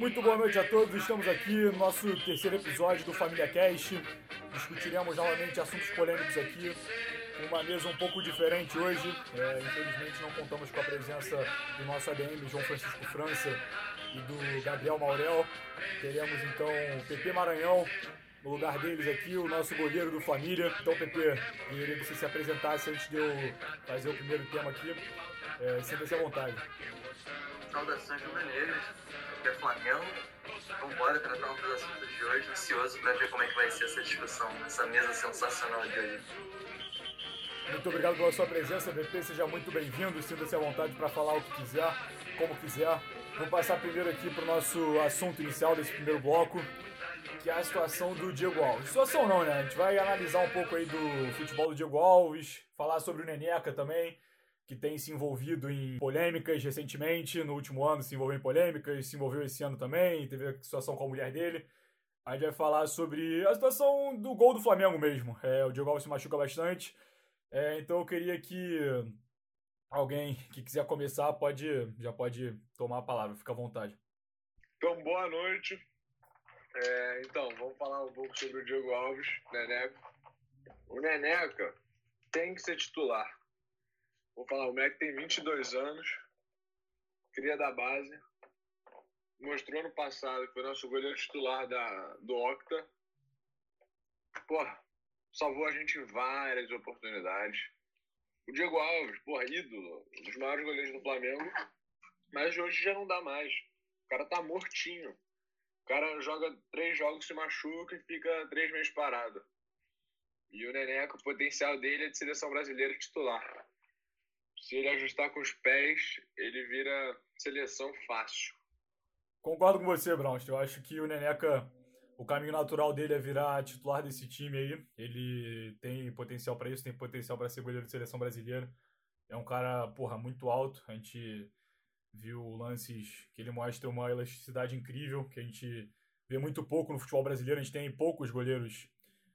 Muito boa noite a todos, estamos aqui no nosso terceiro episódio do Família Cast. Discutiremos novamente assuntos polêmicos aqui, com uma mesa um pouco diferente hoje. Infelizmente não contamos com a presença do nosso ADM, João Francisco França, e do Gabriel Maurel. Teremos então o PP Maranhão no lugar deles aqui, o nosso goleiro do Família. Então, PP, queria que você se apresentasse antes de eu fazer o primeiro tema aqui. Sinta-se à vontade. Saudações rubro-negras, aqui é Flamengo. Vamos embora tratar um dos assuntos de hoje. Ansioso para ver como é que vai ser essa discussão, essa mesa sensacional de hoje. Muito obrigado pela sua presença, PP. Seja muito bem-vindo. Sinta-se à vontade para falar o que quiser, como quiser. Vamos passar primeiro aqui para o nosso assunto inicial desse primeiro bloco, que é a situação do Diego Alves. Situação não, né? A gente vai analisar um pouco aí do futebol do Diego Alves, falar sobre o Neneca também, que tem se envolvido em polêmicas recentemente, no último ano se envolveu em polêmicas, se envolveu esse ano também, teve a situação com a mulher dele. A gente vai falar sobre a situação do gol do Flamengo mesmo. O Diego Alves se machuca bastante, então eu queria que alguém que quiser começar já pode tomar a palavra, fica à vontade. Então, boa noite. Então, vamos falar um pouco sobre o Diego Alves, Neneca. O Neneca tem que ser titular. Vou falar, o moleque tem 22 anos, cria da base, mostrou ano passado que foi nosso goleiro titular do Octa. Porra, salvou a gente em várias oportunidades. O Diego Alves, porra, ídolo, um dos maiores goleiros do Flamengo, mas hoje já não dá mais. O cara tá mortinho. O cara joga 3 jogos, se machuca e fica 3 meses parado. E o Neneca, o potencial dele é de seleção brasileira titular. Se ele ajustar com os pés, ele vira seleção fácil. Concordo com você, Braunst. Eu acho que o Neneca, o caminho natural dele é virar titular desse time aí. Ele tem potencial para isso, tem potencial para ser goleiro de seleção brasileira. É um cara, porra, muito alto. A gente viu lances que ele mostra uma elasticidade incrível, que a gente vê muito pouco no futebol brasileiro. A gente tem poucos goleiros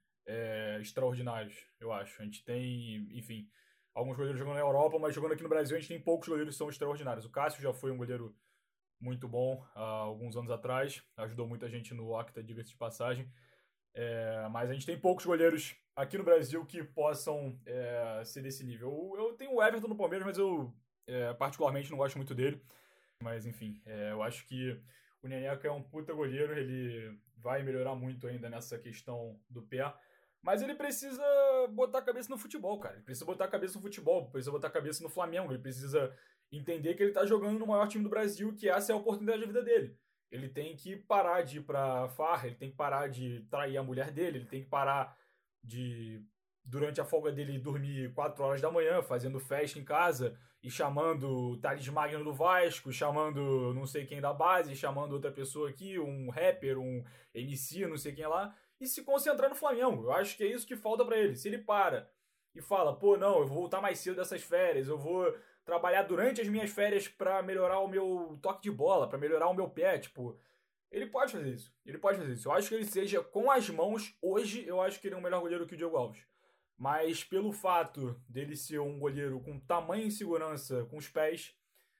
extraordinários, eu acho. A gente tem, enfim, alguns goleiros jogando na Europa, mas jogando aqui no Brasil a gente tem poucos goleiros que são extraordinários. O Cássio já foi um goleiro muito bom há alguns anos atrás, ajudou muita gente no Octa, diga-se de passagem. Mas a gente tem poucos goleiros aqui no Brasil que possam ser desse nível. Eu tenho o Everton no Palmeiras, mas eu particularmente não gosto muito dele. Mas enfim, eu acho que o Neneca é um puta goleiro, ele vai melhorar muito ainda nessa questão do pé. Mas ele precisa botar a cabeça no futebol, cara. Ele precisa botar a cabeça no futebol, precisa botar a cabeça no Flamengo. Ele precisa entender que ele tá jogando no maior time do Brasil, que essa é a oportunidade da vida dele. Ele tem que parar de ir pra farra, ele tem que parar de trair a mulher dele, ele tem que parar de, durante a folga dele, dormir 4 horas da manhã, fazendo festa em casa e chamando o Thales Magno do Vasco, chamando não sei quem da base, chamando outra pessoa aqui, um rapper, um MC, não sei quem lá, e se concentrar no Flamengo. Eu acho que é isso que falta pra ele. Se ele para e fala, pô, não, eu vou voltar mais cedo dessas férias, eu vou trabalhar durante as minhas férias pra melhorar o meu toque de bola, pra melhorar o meu pé, tipo, ele pode fazer isso. Ele pode fazer isso. Eu acho que ele seja com as mãos, hoje eu acho que ele é um melhor goleiro que o Diego Alves. Mas pelo fato dele ser um goleiro com tamanho e segurança com os pés,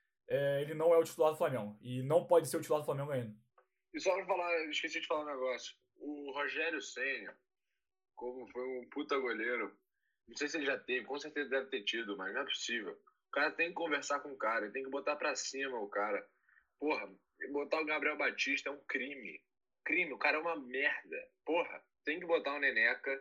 ele não é o titular do Flamengo. E não pode ser o titular do Flamengo ainda. E só pra falar, esqueci de falar um negócio. O Rogério Ceni, como foi um puta goleiro, não sei se ele já teve, com certeza deve ter tido, mas não é possível. O cara tem que conversar com o cara, ele tem que botar pra cima o cara. Porra, botar o Gabriel Batista é um crime. Crime, o cara é uma merda. Porra, tem que botar o Neneca.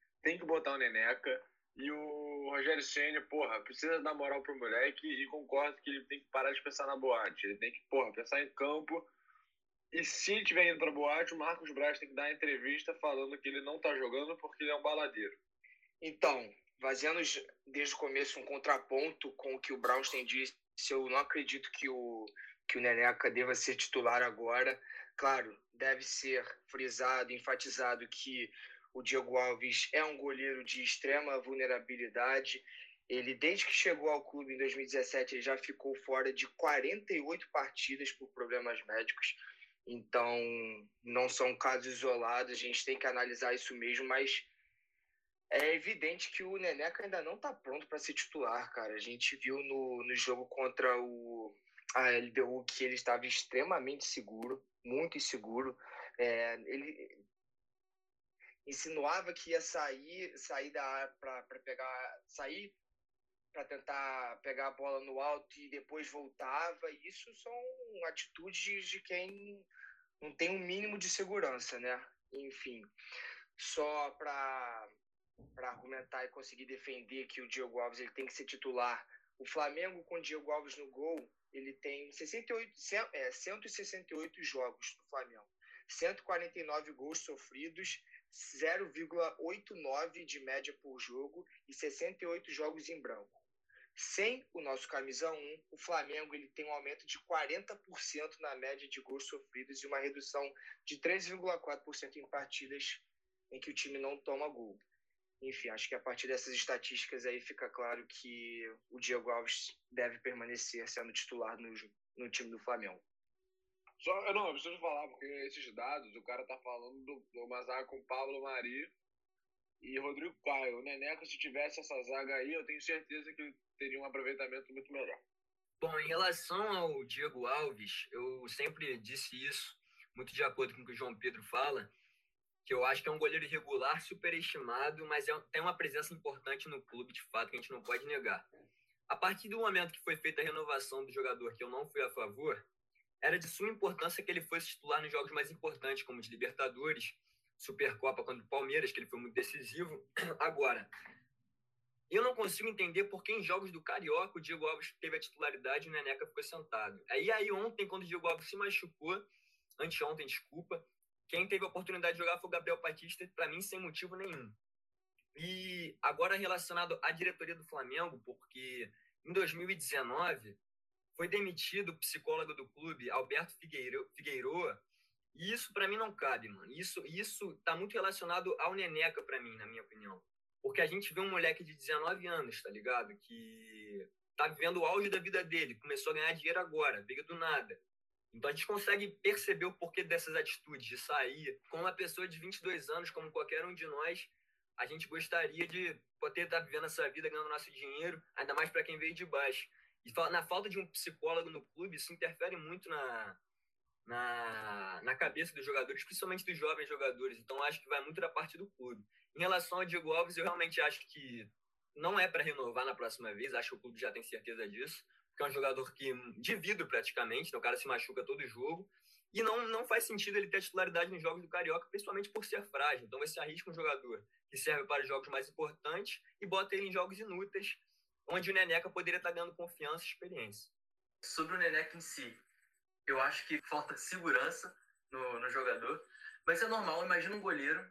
E o Rogério Ceni, porra, precisa dar moral pro moleque e concordo que ele tem que parar de pensar na boate. Ele tem que, porra, pensar em campo. E se tiver indo pra boate, o Marcos Braz tem que dar entrevista falando que ele não tá jogando porque ele é um baladeiro. Então, fazendo desde o começo um contraponto com o que o Braunstein disse, eu não acredito que o Neneca deva ser titular agora. Claro, deve ser frisado, enfatizado que o Diego Alves é um goleiro de extrema vulnerabilidade. Ele, desde que chegou ao clube em 2017, ele já ficou fora de 48 partidas por problemas médicos. Então, não são casos isolados, a gente tem que analisar isso mesmo, mas é evidente que o Neneca ainda não está pronto para ser titular, cara. A gente viu no jogo contra o a LDU que ele estava extremamente seguro, muito inseguro. Ele insinuava que ia sair da área sair para tentar pegar a bola no alto e depois voltava. Isso são atitudes de quem não tem um mínimo de segurança, né? Enfim, só para argumentar e conseguir defender que o Diego Alves ele tem que ser titular. O Flamengo com o Diego Alves no gol, ele tem 168 jogos no Flamengo, 149 gols sofridos, 0,89 de média por jogo e 68 jogos em branco. Sem o nosso camisa 1, o Flamengo ele tem um aumento de 40% na média de gols sofridos e uma redução de 3,4% em partidas em que o time não toma gol. Enfim, acho que a partir dessas estatísticas aí fica claro que o Diego Alves deve permanecer sendo titular no time do Flamengo. Eu preciso falar, porque esses dados, o cara tá falando do uma zaga com Pablo Mari e Rodrigo Caio. O Neneca, se tivesse essa zaga aí, eu tenho certeza que ele teria um aproveitamento muito melhor. Bom, em relação ao Diego Alves, eu sempre disse isso, muito de acordo com o que o João Pedro fala, que eu acho que é um goleiro irregular, superestimado, mas tem uma presença importante no clube, de fato, que a gente não pode negar. A partir do momento que foi feita a renovação do jogador, que eu não fui a favor, era de suma importância que ele fosse titular nos jogos mais importantes, como de Libertadores, Supercopa contra o Palmeiras, que ele foi muito decisivo. Agora, eu não consigo entender por que em jogos do Carioca o Diego Alves teve a titularidade e o Neneca ficou sentado. Aí ontem, quando o Diego Alves se machucou, anteontem, desculpa, quem teve a oportunidade de jogar foi o Gabriel Batista, para mim, sem motivo nenhum. E agora relacionado à diretoria do Flamengo, porque em 2019 foi demitido o psicólogo do clube, Alberto Figueiredo, e isso para mim não cabe, mano. Isso tá muito relacionado ao Neneca para mim, na minha opinião. Porque a gente vê um moleque de 19 anos, tá ligado? Que tá vivendo o auge da vida dele, começou a ganhar dinheiro agora, veio do nada. Então a gente consegue perceber o porquê dessas atitudes, de sair. Com uma pessoa de 22 anos, como qualquer um de nós, a gente gostaria de poder estar vivendo essa vida, ganhando nosso dinheiro, ainda mais para quem veio de baixo. E na falta de um psicólogo no clube, isso interfere muito na cabeça dos jogadores, principalmente dos jovens jogadores. Então acho que vai muito da parte do clube. Em relação ao Diego Alves, eu realmente acho que não é para renovar na próxima vez, acho que o clube já tem certeza disso, porque é um jogador que de vidro praticamente, então o cara se machuca todo jogo, e não faz sentido ele ter titularidade nos jogos do Carioca, principalmente por ser frágil. Então você arrisca um jogador que serve para os jogos mais importantes e bota ele em jogos inúteis, onde o Neneca poderia estar ganhando confiança e experiência. Sobre o Neneca em si, eu acho que falta segurança no jogador, mas é normal. Imagina um goleiro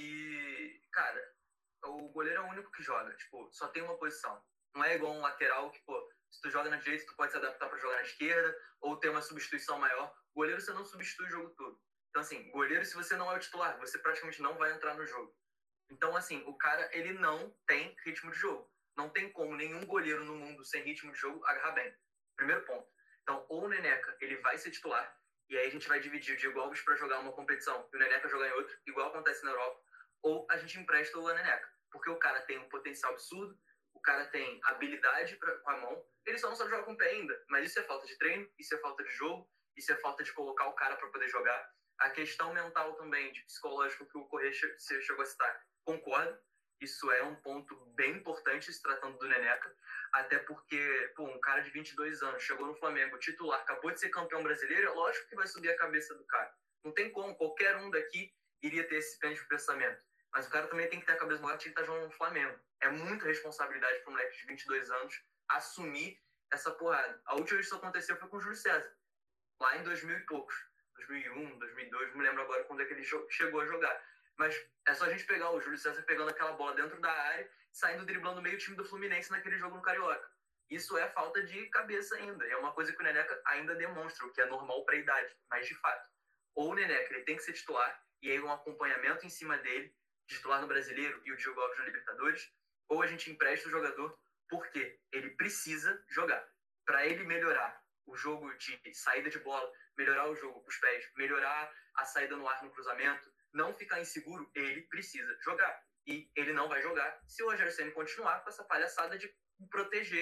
que, cara, o goleiro é o único que joga, tipo, só tem uma posição. Não é igual um lateral que, pô, se tu joga na direita, tu pode se adaptar para jogar na esquerda, ou ter uma substituição maior. Goleiro você não substitui o jogo todo. Então, assim, goleiro, se você não é o titular, você praticamente não vai entrar no jogo. Então, assim, o cara, ele não tem ritmo de jogo. Não tem como nenhum goleiro no mundo sem ritmo de jogo agarrar bem. Primeiro ponto. Então, ou o Neneca, ele vai ser titular, e aí a gente vai dividir o Diego Alves para jogar uma competição e o Neneca jogar em outra, igual acontece na Europa, ou a gente empresta o Neneca, porque o cara tem um potencial absurdo, o cara tem habilidade com a mão, ele só não sabe jogar com o pé ainda, mas isso é falta de treino, isso é falta de jogo, isso é falta de colocar o cara para poder jogar. A questão mental também, de psicológico, que o Corrêa chegou a citar, concordo, isso é um ponto bem importante se tratando do Neneca, até porque, pô, um cara de 22 anos chegou no Flamengo, titular, acabou de ser campeão brasileiro, é lógico que vai subir a cabeça do cara. Não tem como, qualquer um daqui iria ter esse pensamento. Mas o cara também tem que ter a cabeça no lugar de que ele tá jogando no Flamengo. É muita responsabilidade para um moleque de 22 anos assumir essa porrada. A última vez que isso aconteceu foi com o Júlio César, lá em 2000 e poucos. 2001, 2002, não me lembro agora quando é que ele chegou a jogar. Mas é só a gente pegar o Júlio César pegando aquela bola dentro da área, saindo driblando meio time do Fluminense naquele jogo no Carioca. Isso é falta de cabeça ainda. E é uma coisa que o Neneca ainda demonstra, o que é normal para a idade. Mas, de fato, ou o Neneca ele tem que ser titular, e aí um acompanhamento em cima dele, titular no Brasileiro e o Diego Alves no Libertadores, ou a gente empresta o jogador porque ele precisa jogar. Para ele melhorar o jogo de saída de bola, melhorar o jogo com os pés, melhorar a saída no ar no cruzamento, não ficar inseguro, ele precisa jogar. E ele não vai jogar se o Rogério Ceni continuar com essa palhaçada de proteger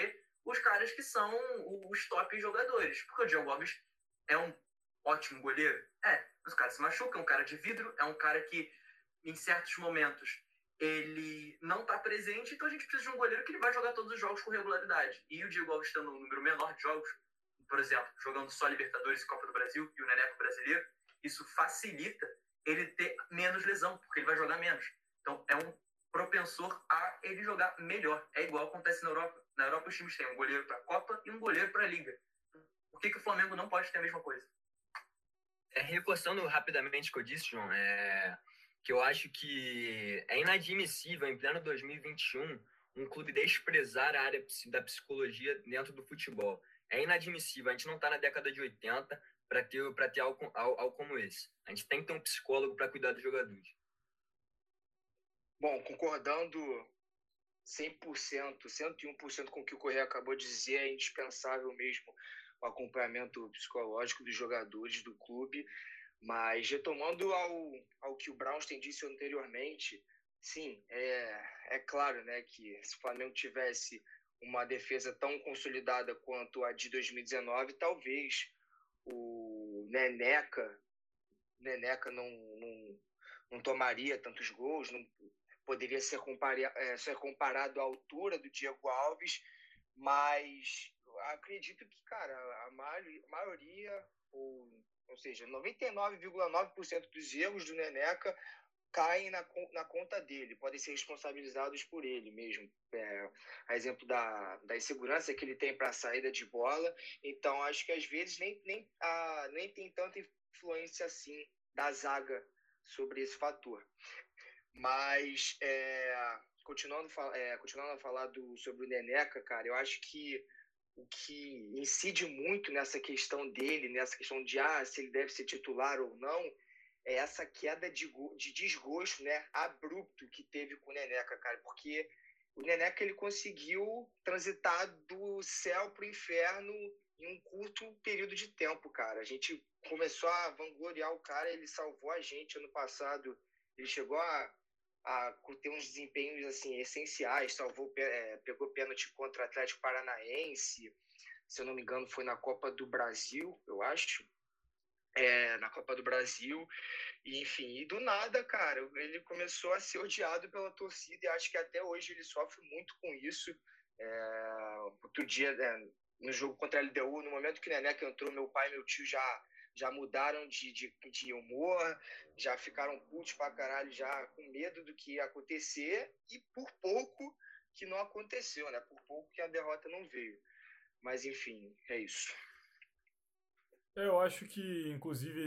os caras que são os top jogadores. Porque o Diego Alves é um ótimo goleiro? Mas o cara se machuca, é um cara de vidro, é um cara que, em certos momentos, ele não está presente, então a gente precisa de um goleiro que ele vai jogar todos os jogos com regularidade. E o Diego Alves tendo um número menor de jogos, por exemplo, jogando só Libertadores e Copa do Brasil e o Neneco brasileiro, isso facilita ele ter menos lesão, porque ele vai jogar menos. Então é um propensor a ele jogar melhor. É igual acontece na Europa. Na Europa os times têm um goleiro para a Copa e um goleiro para a Liga. Por que o Flamengo não pode ter a mesma coisa? Reforçando rapidamente o que eu disse, João, que eu acho que é inadmissível, em pleno 2021, um clube desprezar a área da psicologia dentro do futebol. É inadmissível. A gente não está na década de 80 para ter algo como esse. A gente tem que ter um psicólogo para cuidar dos jogadores. Bom, concordando 100%, 101% com o que o Correia acabou de dizer, é indispensável mesmo o acompanhamento psicológico dos jogadores do clube. Mas retomando ao que o Braunstein disse anteriormente, sim, é claro, né, que se o Flamengo tivesse uma defesa tão consolidada quanto a de 2019, talvez o Neneca não tomaria tantos gols, não poderia ser comparado à altura do Diego Alves, mas acredito que, cara, a maioria, ou seja, 99,9% dos erros do Neneca caem na conta dele, podem ser responsabilizados por ele mesmo. A exemplo da insegurança que ele tem para a saída de bola. Então, acho que às vezes nem tem tanta influência assim da zaga sobre esse fator. Mas, continuando a falar sobre o Neneca, cara, eu acho que o que incide muito nessa questão dele, nessa questão de se ele deve ser titular ou não, é essa queda de desgosto, né, abrupto que teve com o Neneca, cara, porque o Neneca ele conseguiu transitar do céu pro inferno em um curto período de tempo, cara. A gente começou a vangloriar o cara, ele salvou a gente ano passado, ele chegou a ter uns desempenhos assim essenciais, pegou pênalti contra o Atlético Paranaense, se eu não me engano foi na Copa do Brasil, eu acho, na Copa do Brasil, e enfim, e do nada, cara, ele começou a ser odiado pela torcida e acho que até hoje ele sofre muito com isso. Outro dia, no jogo contra a LDU, no momento que o Neneca entrou, meu pai e meu tio já mudaram de humor, já ficaram putos pra caralho, já com medo do que ia acontecer, e por pouco que não aconteceu, né? Por pouco que a derrota não veio. Mas, enfim, é isso. Eu acho que, inclusive,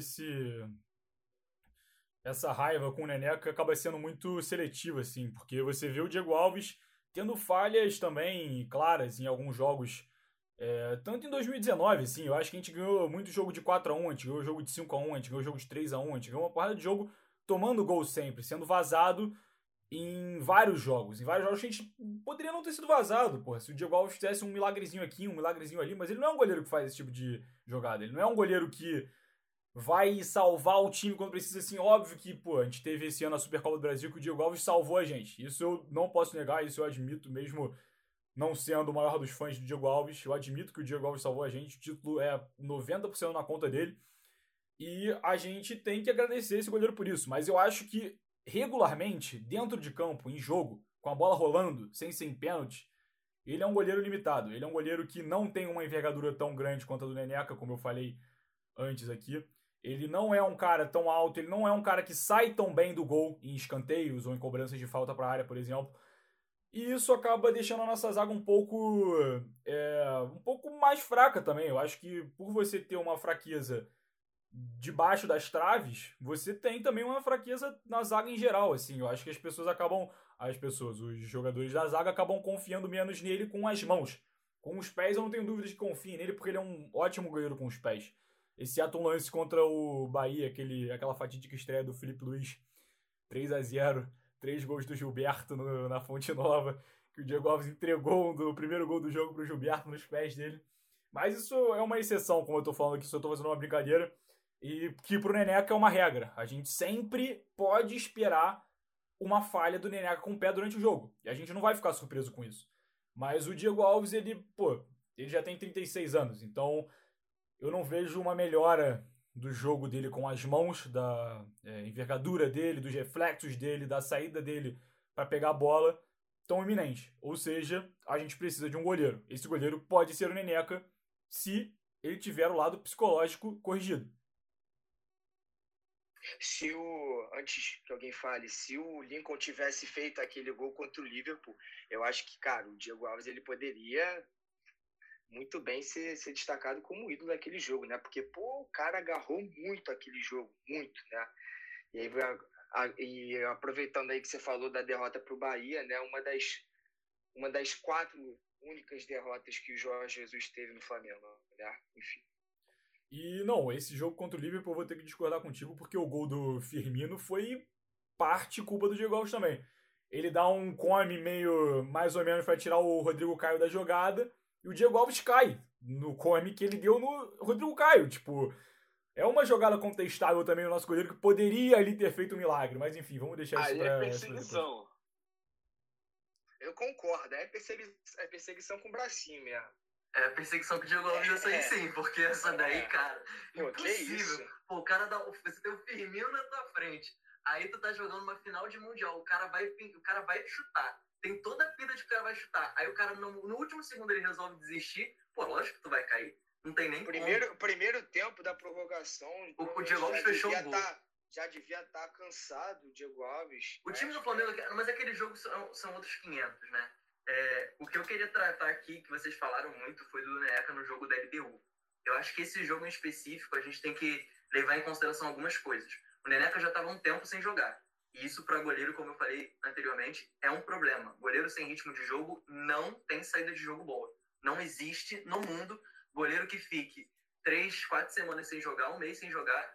essa raiva com o Neneca acaba sendo muito seletiva, assim, porque você vê o Diego Alves tendo falhas também claras em alguns jogos. Tanto em 2019, assim, eu acho que a gente ganhou muito jogo de 4x1, a gente ganhou jogo de 5x1, a gente ganhou jogo de 3x1, a gente ganhou uma porrada de jogo tomando gol sempre, sendo vazado em vários jogos. Em vários jogos a gente poderia não ter sido vazado, porra, se o Diego Alves fizesse um milagrezinho aqui, um milagrezinho ali, mas ele não é um goleiro que faz esse tipo de jogada, ele não é um goleiro que vai salvar o time quando precisa, assim, óbvio que, pô, a gente teve esse ano a Supercopa do Brasil que o Diego Alves salvou a gente, isso eu não posso negar, isso eu admito mesmo. Não sendo o maior dos fãs do Diego Alves, eu admito que o Diego Alves salvou a gente, o título é 90% na conta dele, e a gente tem que agradecer esse goleiro por isso, mas eu acho que regularmente, dentro de campo, em jogo, com a bola rolando, sem ser em pênalti, ele é um goleiro limitado, ele é um goleiro que não tem uma envergadura tão grande quanto a do Neneca, como eu falei antes aqui, ele não é um cara tão alto, ele não é um cara que sai tão bem do gol em escanteios ou em cobranças de falta para a área, por exemplo. E isso acaba deixando a nossa zaga um pouco mais fraca também. Eu acho que por você ter uma fraqueza debaixo das traves, você tem também uma fraqueza na zaga em geral. Assim, eu acho que os jogadores da zaga acabam confiando menos nele com as mãos. Com os pés eu não tenho dúvidas que confiem nele, porque ele é um ótimo goleiro com os pés. Esse ato lance contra o Bahia, aquela fatídica estreia do Felipe Luiz, 3x0. 3 gols do Gilberto na Fonte Nova, que o Diego Alves entregou o primeiro gol do jogo pro Gilberto nos pés dele. Mas isso é uma exceção, como eu tô falando aqui, só tô fazendo uma brincadeira. E que pro Neneca é uma regra. A gente sempre pode esperar uma falha do Neneca com o pé durante o jogo. E a gente não vai ficar surpreso com isso. Mas o Diego Alves, ele, ele já tem 36 anos, então eu não vejo uma melhora do jogo dele com as mãos, da envergadura dele, dos reflexos dele, da saída dele para pegar a bola tão iminente. Ou seja, a gente precisa de um goleiro. Esse goleiro pode ser o Neneca se ele tiver o lado psicológico corrigido. Antes que alguém fale, se o Lincoln tivesse feito aquele gol contra o Liverpool, eu acho que, cara, o Diego Alves ele poderia muito bem ser destacado como ídolo daquele jogo, né? Porque, pô, o cara agarrou muito aquele jogo, muito, né? E aí, e aproveitando aí que você falou da derrota para o Bahia, né? Uma das 4 únicas derrotas que o Jorge Jesus teve no Flamengo, né? Enfim. E não, esse jogo contra o Liverpool eu vou ter que discordar contigo, porque o gol do Firmino foi parte culpa do Diego Alves também. Ele dá um come meio, mais ou menos, para tirar o Rodrigo Caio da jogada, e o Diego Alves cai no come que ele deu no Rodrigo Caio. Tipo, é uma jogada contestável também no nosso goleiro, que poderia ali ter feito um milagre, mas enfim, vamos deixar isso pra... Aí é perseguição. Eu concordo, é perseguição com o bracinho mesmo. É a perseguição que o Diego Alves ia sair sim, porque essa daí, cara, pô, impossível. Pô, o cara você tem o Firmino na tua frente, aí tu tá jogando uma final de Mundial, o cara vai chutar, tem toda a pinta de que o cara vai chutar, aí o cara no último segundo ele resolve desistir, pô, lógico que tu vai cair, não tem nem primeiro tempo da prorrogação, o Diego Alves fechou o gol. Já devia estar cansado o Diego Alves. O time do Flamengo, mas aquele jogo são outros 500, né? O que eu queria tratar aqui, que vocês falaram muito, foi do Neneca no jogo da LDU. Eu acho que esse jogo em específico, a gente tem que levar em consideração algumas coisas. O Neneca já estava um tempo sem jogar. E isso, para goleiro, como eu falei anteriormente, é um problema. Goleiro sem ritmo de jogo não tem saída de jogo boa. Não existe no mundo goleiro que fique 3, 4 semanas sem jogar, um mês sem jogar,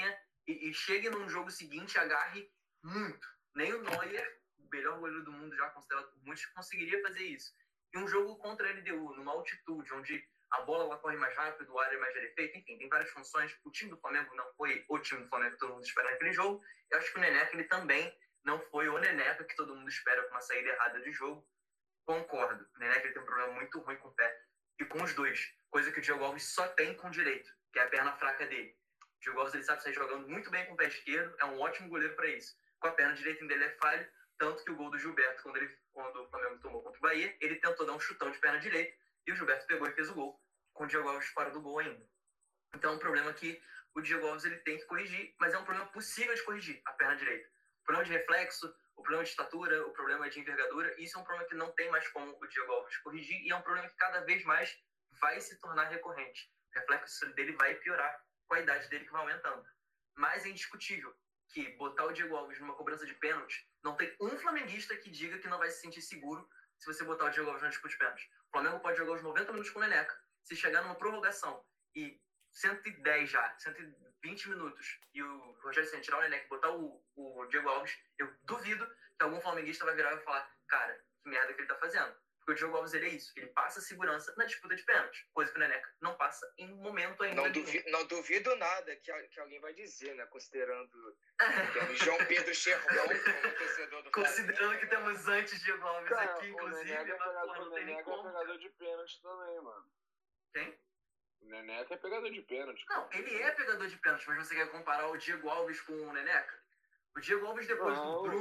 e chegue num jogo seguinte e agarre muito. Nem o Neuer, o melhor goleiro do mundo já considerado por muitos, conseguiria fazer isso. E um jogo contra a LDU, numa altitude, onde a bola ela corre mais rápido, o ar é mais efeito, enfim, tem várias funções. O time do Flamengo não foi o time do Flamengo que todo mundo espera naquele jogo. Eu acho que o Neneca, ele também não foi o Neneca que todo mundo espera com uma saída errada de jogo. Concordo. O Neneca ele tem um problema muito ruim com o pé. E com os dois. Coisa que o Diego Alves só tem com o direito, que é a perna fraca dele. O Diego Alves ele sabe sair jogando muito bem com o pé esquerdo, é um ótimo goleiro para isso. Com a perna direita dele é falho, tanto que o gol do Gilberto, quando o Flamengo tomou contra o Bahia, ele tentou dar um chutão de perna direita e o Gilberto pegou e fez o gol, com o Diego Alves fora do gol ainda. Então é um problema que o Diego Alves ele tem que corrigir, mas é um problema possível de corrigir, a perna direita. O problema de reflexo, o problema de estatura, o problema de envergadura, isso é um problema que não tem mais como o Diego Alves corrigir e é um problema que cada vez mais vai se tornar recorrente. O reflexo dele vai piorar com a idade dele que vai aumentando. Mas é indiscutível que botar o Diego Alves numa cobrança de pênalti, não tem um flamenguista que diga que não vai se sentir seguro se você botar o Diego Alves na disputa de pênalti. O Flamengo pode jogar os 90 minutos com o Neneca. Se chegar numa prorrogação e 110 já, 120 minutos, e o Rogério Ceni tirar o Neneca e botar o Diego Alves, eu duvido que algum flamenguista vai virar e falar, cara, que merda que ele tá fazendo. Porque o Diego Alves, ele é isso. Ele passa segurança na disputa de pênalti. Coisa que o Neneca não passa em momento ainda. Não duvido nada que alguém vai dizer, né? Considerando temos João Pedro Cherrão como torcedor do Considerando que temos antes Diego Alves aqui, inclusive. O Neneca é pegador de pênalti também, mano. Quem? O Neneca é pegador de pênalti. Não, ele é pegador de pênalti, mas você quer comparar o Diego Alves com o Neneca? O Diego Alves, depois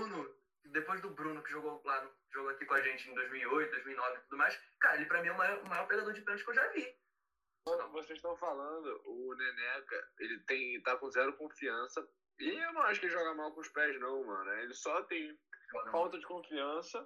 do Bruno, que jogou aqui com a gente em 2008, 2009 e tudo mais, cara, ele pra mim é o maior pegador de pênalti que eu já vi. Vocês estão falando, o Neneca, ele tá com zero confiança. E eu não acho que ele joga mal com os pés, não, mano. Ele só tem falta de confiança.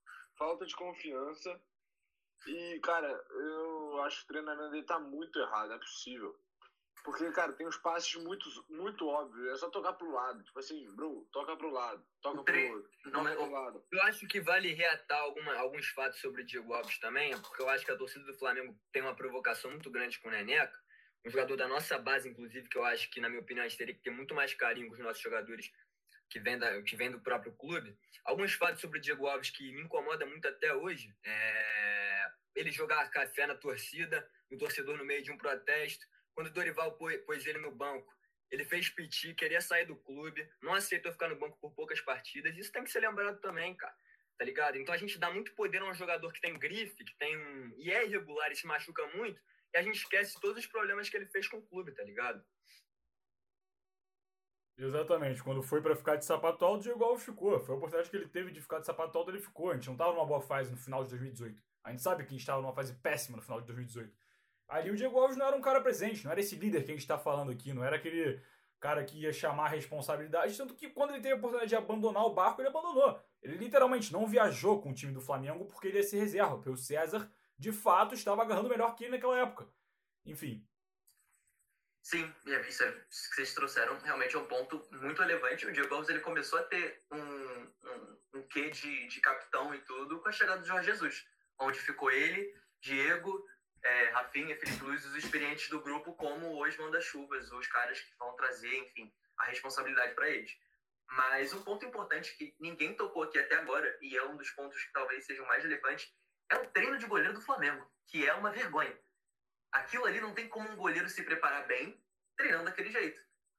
E, cara, eu acho que o treinamento dele tá muito errado, não é possível. Porque, cara, tem uns passes muito, muito óbvios. É só tocar pro lado. Tipo assim, bro, toca pro lado, toca pro outro, toca pro lado. Eu acho que vale reatar alguns fatos sobre o Diego Alves também, porque eu acho que a torcida do Flamengo tem uma provocação muito grande com o Neneca. Um jogador da nossa base, inclusive, que eu acho que, na minha opinião, a gente teria que ter muito mais carinho com os nossos jogadores que vêm do próprio clube. Alguns fatos sobre o Diego Alves que me incomodam muito até hoje. Ele jogar café na torcida, no torcedor no meio de um protesto. Quando o Dorival pôs ele no banco, ele fez piti, queria sair do clube, não aceitou ficar no banco por poucas partidas. Isso tem que ser lembrado também, cara. tá ligado? Então a gente dá muito poder a um jogador que tem grife, e é irregular e se machuca muito, e a gente esquece todos os problemas que ele fez com o clube, tá ligado? Exatamente. Quando foi pra ficar de sapato alto, o Diego Alves ficou. Foi a oportunidade que ele teve de ficar de sapato alto, ele ficou. A gente não tava numa boa fase no final de 2018. A gente sabe que a gente tava numa fase péssima no final de 2018. Ali o Diego Alves não era um cara presente, não era esse líder que a gente tá falando aqui, não era aquele cara que ia chamar a responsabilidade, tanto que quando ele teve a oportunidade de abandonar o barco, ele abandonou. Ele literalmente não viajou com o time do Flamengo porque ele ia ser reserva, porque o César, de fato, estava agarrando melhor que ele naquela época. Enfim. Sim, isso que vocês trouxeram realmente é um ponto muito relevante. O Diego Alves ele começou a ter um quê de capitão e tudo com a chegada do Jorge Jesus, onde ficou ele, Diego, Rafinha, Felipe Luiz, os experientes do grupo como os manda-chuvas, os caras que vão trazer, enfim, a responsabilidade para eles. Mas um ponto importante que ninguém tocou aqui até agora, e é um dos pontos que talvez sejam mais relevantes, é o treino de goleiro do Flamengo, que é uma vergonha. Aquilo ali não tem como um goleiro se preparar bem treinando daquele jeito.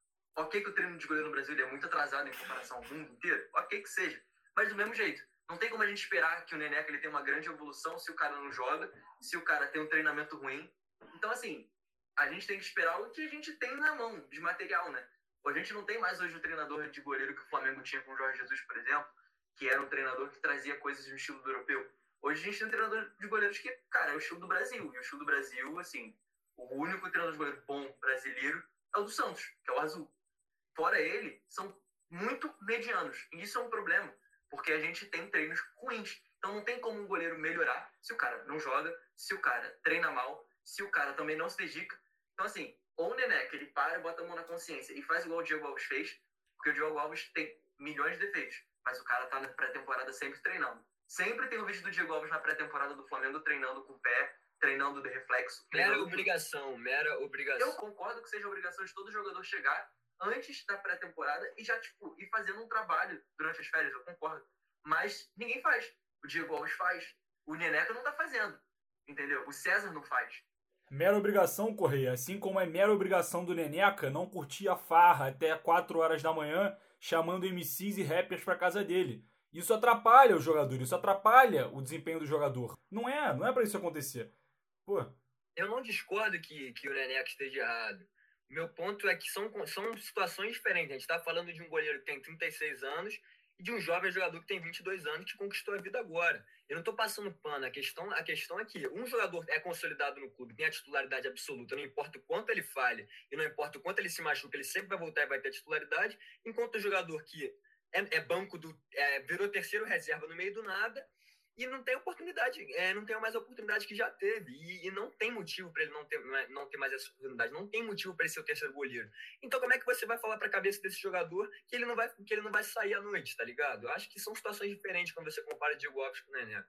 Ok que o treino de goleiro no Brasil é muito atrasado em comparação ao mundo inteiro, ok que seja, mas do mesmo jeito. Não tem como a gente esperar que o Neneca ele tenha uma grande evolução se o cara não joga, se o cara tem um treinamento ruim. Então, assim, a gente tem que esperar o que a gente tem na mão de material, né? A gente não tem mais hoje o treinador de goleiro que o Flamengo tinha com o Jorge Jesus, por exemplo, que era um treinador que trazia coisas no estilo do europeu. Hoje a gente tem um treinador de goleiros que, cara, é o estilo do Brasil. E o estilo do Brasil, assim, o único treinador de goleiro bom brasileiro é o do Santos, que é o Azul. Fora ele, são muito medianos. E isso é um problema, porque a gente tem treinos ruins. Então não tem como um goleiro melhorar se o cara não joga, se o cara treina mal, se o cara também não se dedica. Então, assim, ou o Neneca, ele para, bota a mão na consciência e faz igual o Diego Alves fez, porque o Diego Alves tem milhões de defeitos, mas o cara tá na pré-temporada sempre treinando. Sempre tem um vídeo do Diego Alves na pré-temporada do Flamengo treinando com o pé, treinando de reflexo. Mera obrigação. Eu concordo que seja obrigação de todo jogador chegar antes da pré-temporada e já, tipo, ir fazendo um trabalho durante as férias, eu concordo. Mas ninguém faz. O Diego Alves faz. O Neneca não tá fazendo. Entendeu? O César não faz. Mera obrigação, Correia. Assim como é mera obrigação do Neneca não curtir a farra até 4 horas da manhã, chamando MCs e rappers pra casa dele. Isso atrapalha o jogador, isso atrapalha o desempenho do jogador. Não é pra isso acontecer. Pô. Eu não discordo que o Neneca esteja errado. O meu ponto é que são situações diferentes. A gente está falando de um goleiro que tem 36 anos e de um jovem jogador que tem 22 anos que conquistou a vida agora. Eu não estou passando pano. A questão é que um jogador é consolidado no clube, tem a titularidade absoluta, não importa o quanto ele falhe e não importa o quanto ele se machuca, ele sempre vai voltar e vai ter titularidade, enquanto o jogador que é banco virou terceiro reserva no meio do nada e não tem oportunidade, não tem mais a oportunidade que já teve, e não tem motivo para ele não ter mais essa oportunidade, não tem motivo para ele ser o terceiro goleiro. Então como é que você vai falar para a cabeça desse jogador que ele não vai sair à noite, tá ligado? Eu acho que são situações diferentes quando você compara o Diego Alves com o Neneca.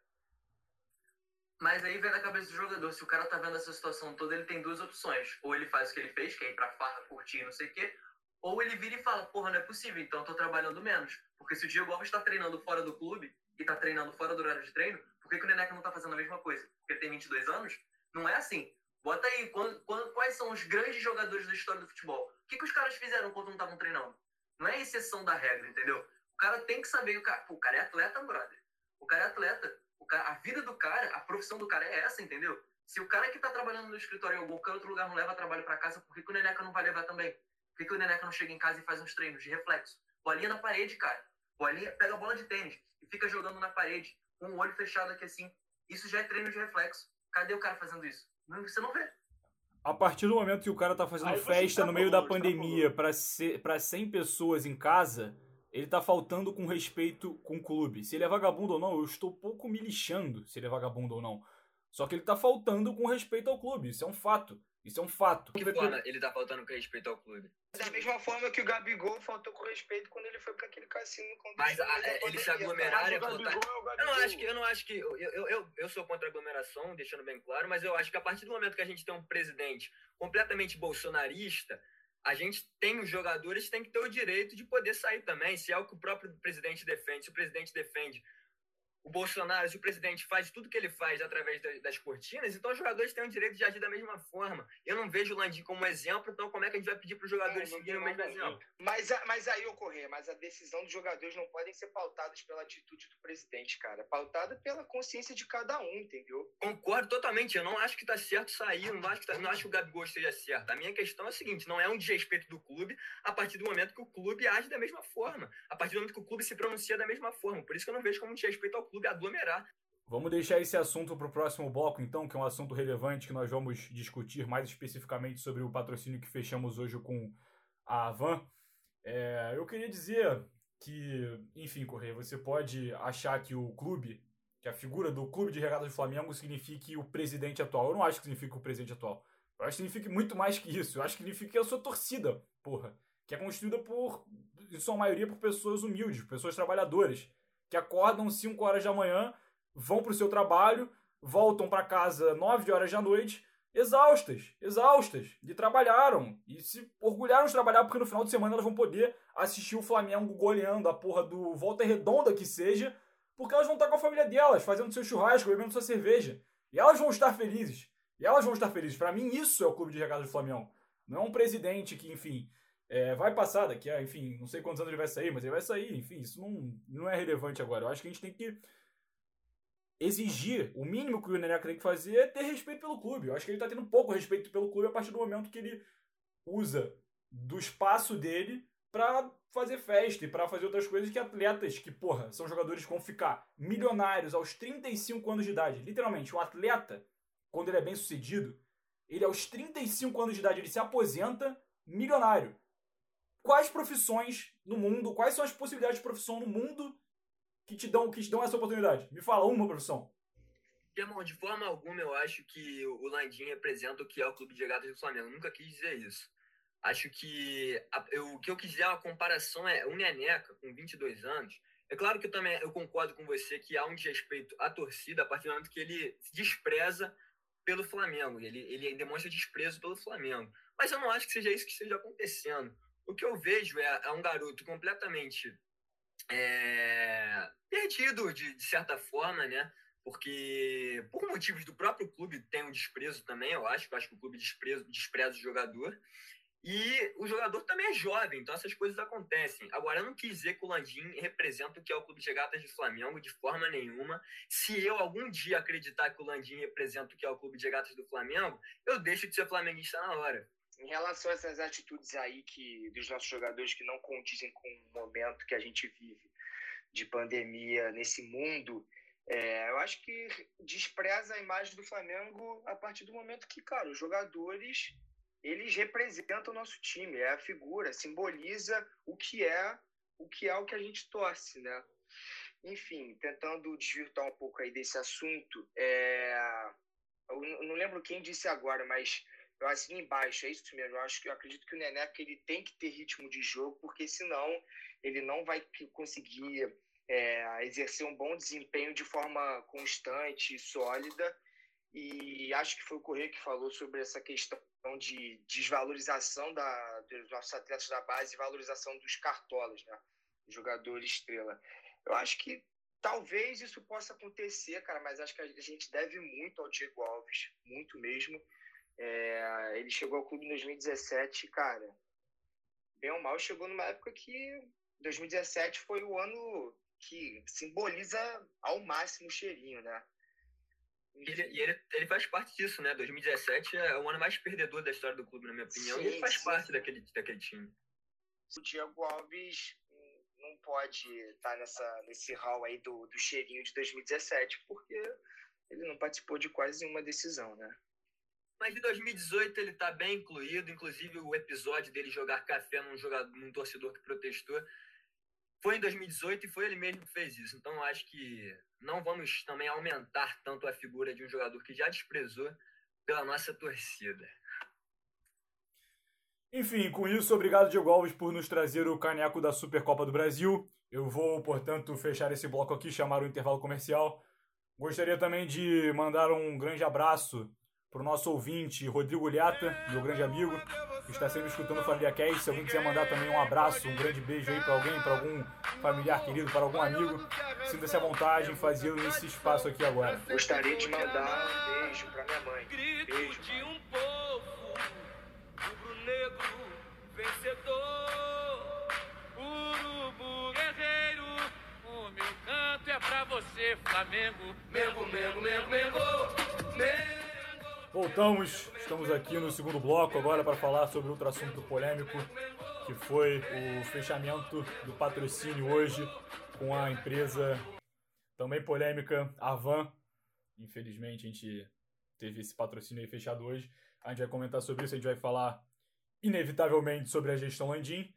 Mas aí vem na cabeça do jogador, se o cara tá vendo essa situação toda, ele tem duas opções. Ou ele faz o que ele fez, que é ir pra farra, curtir, não sei o quê, ou ele vira e fala, porra, não é possível, então eu tô trabalhando menos. Porque se o Diego Alves tá treinando fora do clube e tá treinando fora do horário de treino, por que o Neneca não tá fazendo a mesma coisa? Porque ele tem 22 anos? Não é assim. Bota aí, quais são os grandes jogadores da história do futebol? O que os caras fizeram quando não estavam treinando? Não é exceção da regra, entendeu? O cara tem que saber que o cara é atleta, brother. O cara é atleta. A vida do cara, a profissão do cara é essa, entendeu? Se o cara que tá trabalhando no escritório em qualquer outro lugar não leva trabalho pra casa, por que o Neneca não vai levar também? Por que o Neneca não chega em casa e faz uns treinos de reflexo? Bolinha na parede, cara. Bolinha, pega a bola de tênis e fica jogando na parede, com o olho fechado aqui assim. Isso já é treino de reflexo. Cadê o cara fazendo isso? Você não vê. A partir do momento que o cara tá fazendo festa no meio da pandemia pra 100 pessoas em casa, ele tá faltando com respeito com o clube. Se ele é vagabundo ou não, eu estou pouco me lixando se ele é vagabundo ou não. Só que ele tá faltando com respeito ao clube. Isso é um fato. Isso é um fato. De que forma ele tá faltando com respeito ao clube? Da mesma forma que o Gabigol faltou com respeito quando ele foi pra aquele cassino. Mas eles se aglomeraram. Eu não acho que. Eu sou contra a aglomeração, deixando bem claro, mas eu acho que a partir do momento que a gente tem um presidente completamente bolsonarista, a gente tem os jogadores tem que ter o direito de poder sair também, se é o que o próprio presidente defende. Se o presidente defende o Bolsonaro, se o presidente faz tudo que ele faz através das cortinas, então os jogadores têm o direito de agir da mesma forma. Eu não vejo o Landim como exemplo, então como é que a gente vai pedir para os jogadores seguirem o mesmo exemplo? Mas aí, Corrêa, mas a decisão dos jogadores não podem ser pautadas pela atitude do presidente, cara. Pautada pela consciência de cada um, entendeu? Concordo totalmente. Eu não acho que tá certo sair, não acho que o Gabigol esteja certo. A minha questão é a seguinte, não é um desrespeito do clube a partir do momento que o clube age da mesma forma. A partir do momento que o clube se pronuncia da mesma forma. Por isso que eu não vejo como um desrespeito ao clube aglomerar. Vamos deixar esse assunto para o próximo bloco, então, que é um assunto relevante que nós vamos discutir mais especificamente sobre o patrocínio que fechamos hoje com a Havan. Eu queria dizer que, enfim, Correia, você pode achar que o clube, que a figura do Clube de Regatas do Flamengo signifique o presidente atual. Eu não acho que signifique o presidente atual. Eu acho que significa muito mais que isso. Eu acho que significa a sua torcida, porra. Que é constituída em sua maioria, por pessoas humildes, pessoas trabalhadoras, que acordam 5 horas da manhã, vão pro seu trabalho, voltam para casa 9 horas da noite, exaustas, e trabalharam, e se orgulharam de trabalhar, porque no final de semana elas vão poder assistir o Flamengo goleando a porra do Volta Redonda que seja, porque elas vão estar com a família delas, fazendo seu churrasco, bebendo sua cerveja, e elas vão estar felizes, Para mim isso é o Clube de Regatas do Flamengo, não é um presidente que, enfim, vai passar daqui a, enfim, não sei quantos anos ele vai sair, mas ele vai sair, enfim, isso não é relevante agora. Eu acho que a gente tem que exigir, o mínimo que o Neneca tem que fazer é ter respeito pelo clube. Eu acho que ele tá tendo pouco respeito pelo clube a partir do momento que ele usa do espaço dele pra fazer festa e pra fazer outras coisas que atletas que, porra, são jogadores que vão ficar milionários aos 35 anos de idade. Literalmente, um atleta, quando ele é bem sucedido, ele aos 35 anos de idade, ele se aposenta milionário. Quais profissões no mundo, quais são as possibilidades de profissão no mundo que te dão essa oportunidade? Me fala uma profissão. Irmão, de forma alguma eu acho que o Landim representa o que é o Clube de Regatas do Flamengo. Eu nunca quis dizer isso. Acho que o que eu quis dizer é uma comparação o Neneca, com 22 anos. É claro que eu concordo com você que há um desrespeito à torcida a partir do momento que ele se despreza pelo Flamengo. Ele demonstra desprezo pelo Flamengo. Mas eu não acho que seja isso que esteja acontecendo. O que eu vejo é um garoto completamente perdido, de certa forma, né? Porque, por motivos do próprio clube, tem um desprezo também, eu acho que o clube despreza o jogador. E o jogador também é jovem, então essas coisas acontecem. Agora, eu não quis dizer que o Landim representa o que é o Clube de Regatas de Flamengo de forma nenhuma. Se eu algum dia acreditar que o Landim representa o que é o Clube de Regatas do Flamengo, eu deixo de ser flamenguista na hora. Em relação a essas atitudes aí dos nossos jogadores que não condizem com o momento que a gente vive de pandemia nesse mundo, eu acho que despreza a imagem do Flamengo a partir do momento que, cara, os jogadores, eles representam o nosso time, é a figura, simboliza o que é o que a gente torce, né? Enfim, tentando desvirtuar um pouco aí desse assunto, eu não lembro quem disse agora, mas eu assino embaixo, é isso mesmo. Eu acredito que o Neneca ele tem que ter ritmo de jogo, porque senão ele não vai conseguir exercer um bom desempenho de forma constante e sólida. E acho que foi o Corrêa que falou sobre essa questão de desvalorização dos nossos atletas da base e valorização dos cartolas, né? Jogador estrela. Eu acho que talvez isso possa acontecer, cara, mas acho que a gente deve muito ao Diego Alves, muito mesmo. Ele chegou ao clube em 2017, cara, bem ou mal, chegou numa época que 2017 foi o ano que simboliza ao máximo o cheirinho, né? Ele faz parte disso, né? 2017 é o ano mais perdedor da história do clube, na minha opinião, e ele faz parte daquele time. O Diego Alves não pode estar nesse hall aí do cheirinho de 2017, porque ele não participou de quase nenhuma decisão, né? Mas de 2018 ele tá bem incluído, inclusive o episódio dele jogar café num torcedor que protestou foi em 2018 e foi ele mesmo que fez isso. Então eu acho que não vamos também aumentar tanto a figura de um jogador que já desprezou pela nossa torcida. Enfim, com isso, obrigado Diego Alves por nos trazer o caneco da Supercopa do Brasil. Eu vou, portanto, fechar esse bloco aqui, chamar o intervalo comercial. Gostaria também de mandar um grande abraço para o nosso ouvinte, Rodrigo Lhata, meu grande amigo. está sempre escutando o Família Cast. Se alguém quiser mandar também um abraço, um grande beijo aí para alguém, para algum familiar querido, para algum amigo, sinta-se à vontade em fazê-lo nesse espaço aqui agora. Gostaria de mandar um beijo para minha mãe. Beijo, de um povo rubro-negro vencedor, urubu guerreiro, o meu canto é pra você, Flamengo, Mengo, Mengo, Mengo, Mengo, Mengo. Voltamos, estamos aqui no segundo bloco agora para falar sobre outro assunto polêmico, que foi o fechamento do patrocínio hoje com a empresa também polêmica, Avan. Infelizmente a gente teve esse patrocínio aí fechado hoje. A gente vai comentar sobre isso, a gente vai falar inevitavelmente sobre a gestão Landim.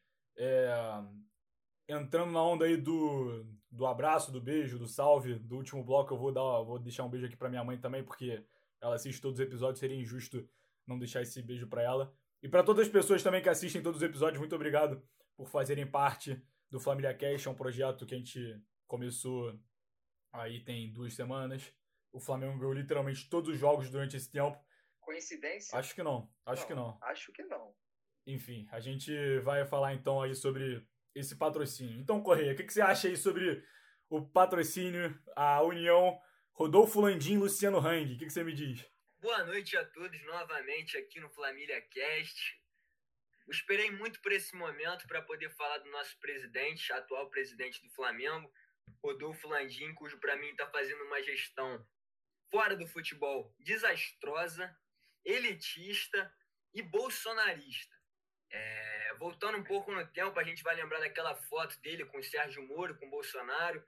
Entrando na onda aí do abraço, do beijo, do salve, do último bloco, eu vou deixar um beijo aqui para minha mãe também, porque ela assiste todos os episódios, seria injusto não deixar esse beijo para ela. E para todas as pessoas também que assistem todos os episódios, muito obrigado por fazerem parte do Família Cast. É um projeto que a gente começou aí tem 2 semanas. O Flamengo ganhou literalmente todos os jogos durante esse tempo. Coincidência? Acho que não. Acho que não. Enfim, a gente vai falar então aí sobre esse patrocínio. Então, Correia, o que você acha aí sobre o patrocínio, a união Rodolfo Landim e Luciano Hang? O que você me diz? Boa noite a todos novamente aqui no Família Cast. Eu esperei muito por esse momento para poder falar do nosso presidente, atual presidente do Flamengo, Rodolfo Landim, cujo para mim está fazendo uma gestão fora do futebol desastrosa, elitista e bolsonarista. Voltando um pouco no tempo, a gente vai lembrar daquela foto dele com o Sérgio Moro, com o Bolsonaro,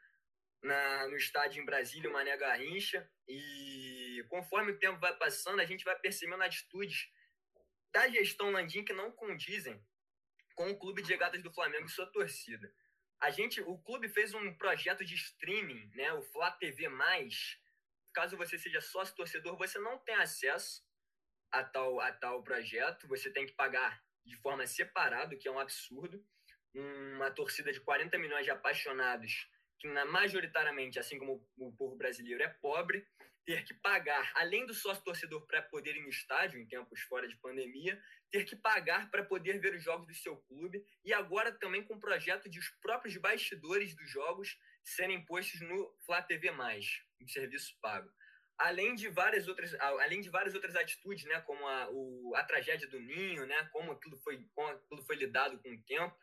no estádio em Brasília, o Mané Garrincha. E conforme o tempo vai passando, a gente vai percebendo atitudes da gestão Landim que não condizem com o clube de regatas do Flamengo e sua torcida. O clube fez um projeto de streaming, né, o Flá TV+. Caso você seja sócio torcedor, você não tem acesso a tal projeto, você tem que pagar de forma separada, o que é um absurdo. Uma torcida de 40 milhões de apaixonados, que majoritariamente, assim como o povo brasileiro, é pobre, ter que pagar, além do sócio torcedor para poder ir no estádio, em tempos fora de pandemia, ter que pagar para poder ver os jogos do seu clube, e agora também com o projeto de os próprios bastidores dos jogos serem postos no Flá TV+, um serviço pago. Além de várias outras atitudes, né, como a tragédia do Ninho, né, como tudo foi lidado com o tempo,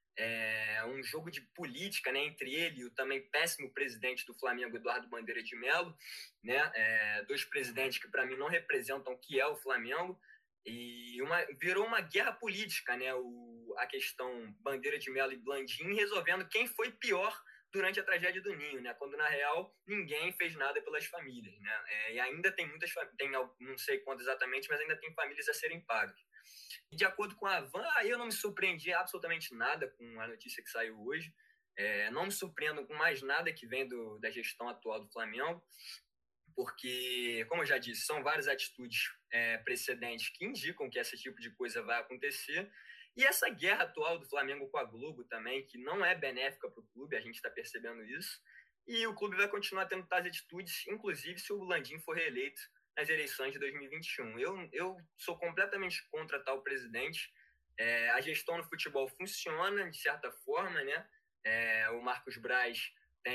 um jogo de política, né, entre ele e o também péssimo presidente do Flamengo, Eduardo Bandeira de Mello, né, 2 presidentes que para mim não representam o que é o Flamengo, e virou uma guerra política, né, a questão Bandeira de Mello e Landim resolvendo quem foi pior durante a tragédia do Ninho, né? Quando, na real, ninguém fez nada pelas famílias, né? E ainda tem não sei quanto exatamente, mas ainda tem famílias a serem pagas. E de acordo com a Avan, eu não me surpreendi absolutamente nada com a notícia que saiu hoje. Não me surpreendo com mais nada que vem da gestão atual do Flamengo, porque, como eu já disse, são várias atitudes precedentes que indicam que esse tipo de coisa vai acontecer. E essa guerra atual do Flamengo com a Globo também, que não é benéfica para o clube, a gente está percebendo isso. E o clube vai continuar tendo tais atitudes, inclusive se o Landim for reeleito nas eleições de 2021. Eu sou completamente contra tal presidente. A gestão no futebol funciona, de certa forma, né? O Marcos Braz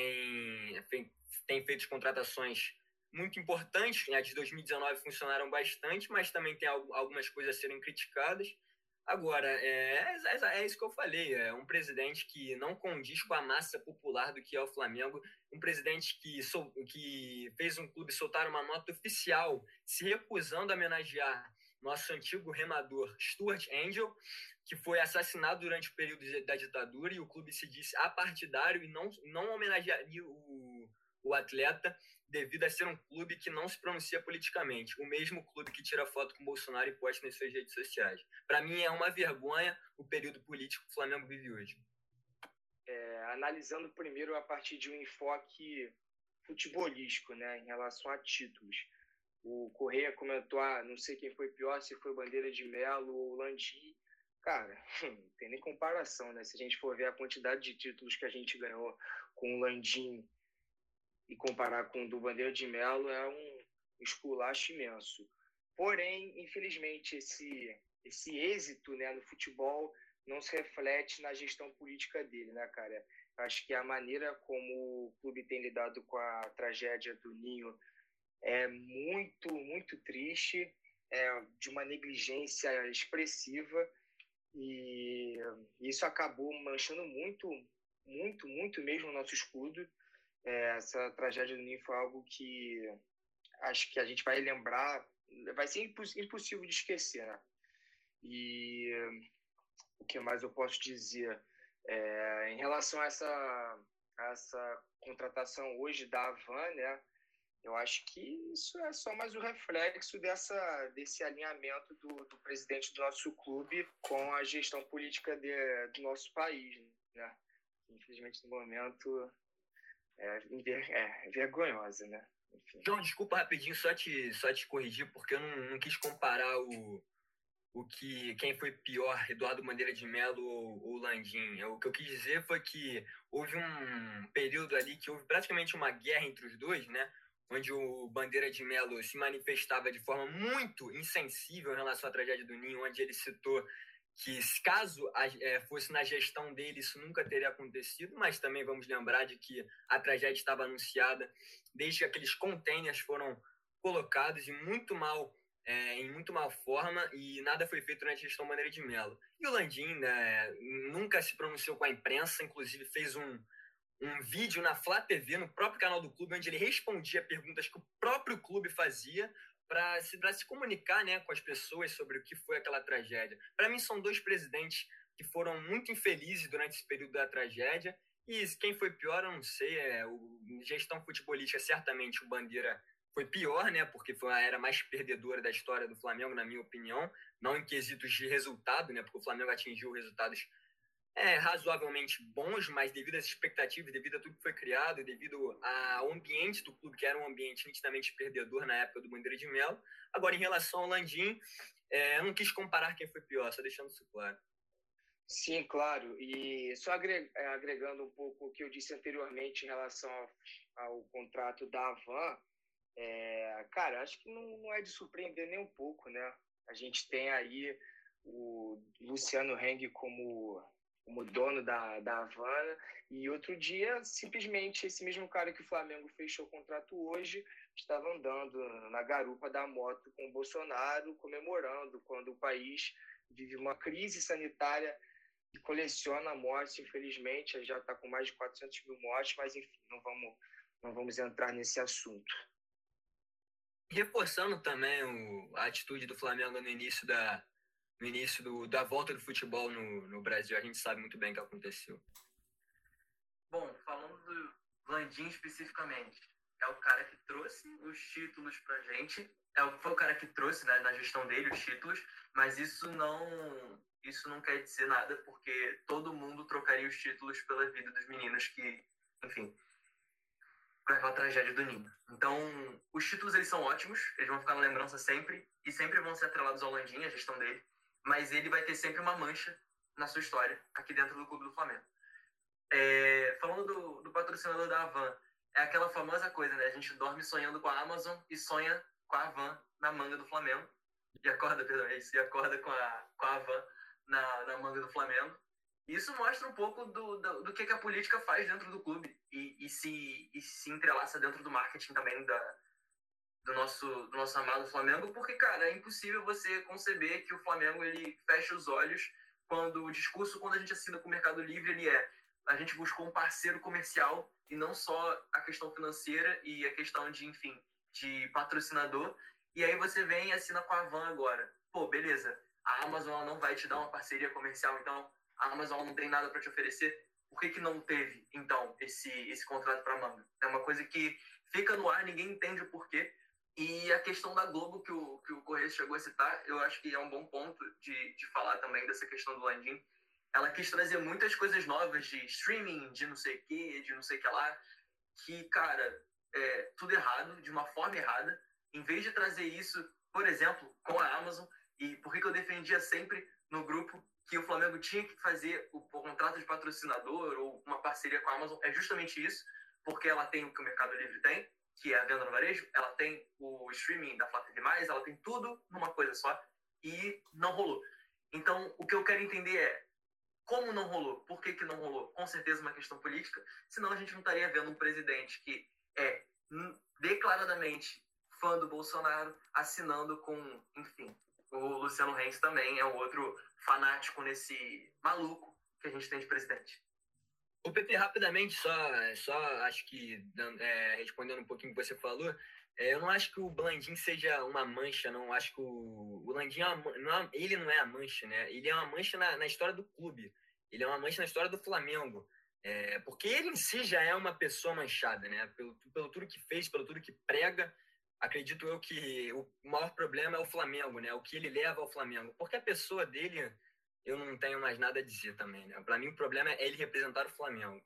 tem feito contratações muito importantes, né? De 2019 funcionaram bastante, mas também tem algumas coisas a serem criticadas. Agora, é isso que eu falei, é um presidente que não condiz com a massa popular do que é o Flamengo, um presidente que fez um clube soltar uma nota oficial se recusando a homenagear nosso antigo remador Stuart Angel, que foi assassinado durante o período da ditadura, e o clube se disse apartidário e não homenagearia o atleta devido a ser um clube que não se pronuncia politicamente. O mesmo clube que tira foto com o Bolsonaro e posta nas suas redes sociais. Para mim é uma vergonha o período político que o Flamengo vive hoje. Analisando primeiro a partir de um enfoque futebolístico, né, em relação a títulos. O Correia comentou, não sei quem foi pior, se foi Bandeira de Mello ou Landim. Cara, não tem nem comparação, né? Se a gente for ver a quantidade de títulos que a gente ganhou com o Landim e comparar com o do Bandeira de Mello, é um esculacho imenso. Porém, infelizmente, esse êxito, né, no futebol não se reflete na gestão política dele, né, cara? Acho que a maneira como o clube tem lidado com a tragédia do Ninho é muito, muito triste, de uma negligência expressiva, e isso acabou manchando muito, muito, muito mesmo o nosso escudo. Essa tragédia do Ninho foi algo que acho que a gente vai lembrar, vai ser impossível de esquecer, né? E o que mais eu posso dizer? Em relação a essa contratação hoje da Havan, né? Eu acho que isso é só mais um reflexo desse alinhamento do presidente do nosso clube com a gestão política do nosso país, né? Infelizmente, no momento, é vergonhosa, né? Enfim. João, desculpa rapidinho, só te corrigir, porque eu não quis comparar quem foi pior, Eduardo Bandeira de Melo ou Landim. O que eu quis dizer foi que houve um período ali que houve praticamente uma guerra entre os dois, né? Onde o Bandeira de Melo se manifestava de forma muito insensível em relação à tragédia do Ninho, onde ele citou que caso fosse na gestão dele, isso nunca teria acontecido, mas também vamos lembrar de que a tragédia estava anunciada desde que aqueles containers foram colocados em muito mal forma, e nada foi feito na gestão Bandeira de Melo. E o Landim, né, nunca se pronunciou com a imprensa, inclusive fez um vídeo na Flá TV, no próprio canal do clube, onde ele respondia perguntas que o próprio clube fazia para se comunicar, né, com as pessoas sobre o que foi aquela tragédia. Para mim, são dois presidentes que foram muito infelizes durante esse período da tragédia, e quem foi pior, eu não sei. Gestão futebolística, certamente o Bandeira foi pior, né, porque foi a era mais perdedora da história do Flamengo, na minha opinião, não em quesitos de resultado, né, porque o Flamengo atingiu resultados razoavelmente bons, mas devido às expectativas, devido a tudo que foi criado, devido ao ambiente do clube, que era um ambiente nitidamente perdedor na época do Bandeira de Melo. Agora, em relação ao Landim, eu não quis comparar quem foi pior, só deixando isso claro. Sim, claro. E só agregando um pouco o que eu disse anteriormente em relação ao contrato da Havan, cara, acho que não é de surpreender nem um pouco, né? A gente tem aí o Luciano Heng como dono da Havana, e outro dia, simplesmente, esse mesmo cara que o Flamengo fechou o contrato hoje, estava andando na garupa da moto com o Bolsonaro, comemorando quando o país vive uma crise sanitária que coleciona mortes, infelizmente, já está com mais de 400 mil mortes, mas enfim, não vamos entrar nesse assunto. Reforçando também a atitude do Flamengo no início da volta do futebol no Brasil, a gente sabe muito bem o que aconteceu. Bom, falando do Landim especificamente, é o cara que trouxe os títulos pra gente, foi o cara que trouxe, né, na gestão dele os títulos, mas isso não quer dizer nada, porque todo mundo trocaria os títulos pela vida dos meninos que, enfim, com aquela tragédia do Ninho. Então, os títulos, eles são ótimos, eles vão ficar na lembrança sempre, e sempre vão ser atrelados ao Landim, a gestão dele, mas ele vai ter sempre uma mancha na sua história, aqui dentro do clube do Flamengo. Falando do patrocinador da Havan, é aquela famosa coisa, né? A gente dorme sonhando com a Amazon e sonha com a Havan na manga do Flamengo. E acorda com a Havan na manga do Flamengo. Isso mostra um pouco do que a política faz dentro do clube e se entrelaça dentro do marketing também do nosso amado Flamengo, porque, cara, é impossível você conceber que o Flamengo ele fecha os olhos quando o discurso, quando a gente assina com o Mercado Livre, a gente buscou um parceiro comercial e não só a questão financeira e a questão de patrocinador, e aí você vem e assina com a Havan agora. Pô, beleza, a Amazon não vai te dar uma parceria comercial, então a Amazon não tem nada para te oferecer. Por que não teve, então, esse contrato para a manga? É uma coisa que fica no ar, ninguém entende o porquê. E a questão da Globo, que o Correia chegou a citar, eu acho que é um bom ponto de falar também dessa questão do Landim. Ela quis trazer muitas coisas novas de streaming, de não sei o que, de não sei o que lá, que, cara, tudo errado, de uma forma errada. Em vez de trazer isso, por exemplo, com a Amazon, e por que eu defendia sempre no grupo que o Flamengo tinha que fazer o contrato de patrocinador ou uma parceria com a Amazon, é justamente isso, porque ela tem o que o Mercado Livre tem, que é a venda no varejo, ela tem o streaming da Flá TV+, ela tem tudo numa coisa só, e não rolou. Então, o que eu quero entender é como não rolou, por que não rolou? Com certeza uma questão política, senão a gente não estaria vendo um presidente que é declaradamente fã do Bolsonaro, assinando com, enfim, o Luciano Hens também é um outro fanático nesse maluco que a gente tem de presidente. O PT, rapidamente, só acho que, respondendo um pouquinho o que você falou, eu não acho que o Landim seja uma mancha, não. Acho que o Landim, ele não é a mancha, né? Ele é uma mancha na história do clube. Ele é uma mancha na história do Flamengo. Porque ele em si já é uma pessoa manchada, né? Pelo tudo que fez, pelo tudo que prega. Acredito eu que o maior problema é o Flamengo, né? O que ele leva ao Flamengo. Porque a pessoa dele, eu não tenho mais nada a dizer também, né? Para mim, o problema é ele representar o Flamengo.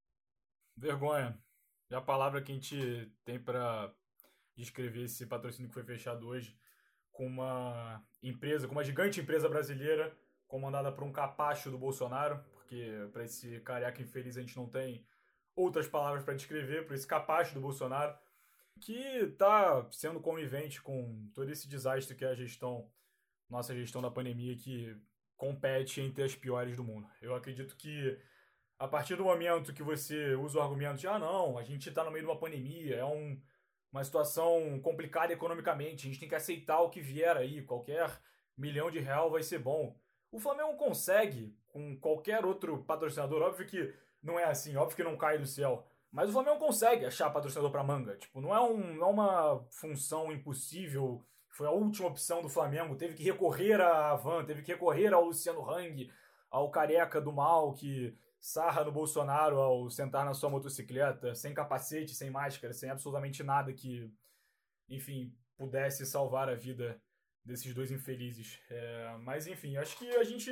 Vergonha. É a palavra que a gente tem para descrever esse patrocínio que foi fechado hoje com uma empresa, com uma gigante empresa brasileira comandada por um capacho do Bolsonaro, porque para esse careca infeliz a gente não tem outras palavras para descrever, por esse capacho do Bolsonaro, que está sendo conivente com todo esse desastre que é a nossa gestão da pandemia, que compete entre as piores do mundo. Eu acredito que a partir do momento que você usa o argumento de não, a gente está no meio de uma pandemia, é uma situação complicada economicamente, a gente tem que aceitar o que vier aí, qualquer R$1 milhão vai ser bom. O Flamengo consegue, com qualquer outro patrocinador, óbvio que não é assim, óbvio que não cai do céu, mas o Flamengo consegue achar patrocinador pra manga. Tipo, não é uma função impossível, foi a última opção do Flamengo, teve que recorrer à Havan, teve que recorrer ao Luciano Hang, ao careca do mal que sarra no Bolsonaro ao sentar na sua motocicleta, sem capacete, sem máscara, sem absolutamente nada que, enfim, pudesse salvar a vida desses dois infelizes. Mas, enfim, acho que a gente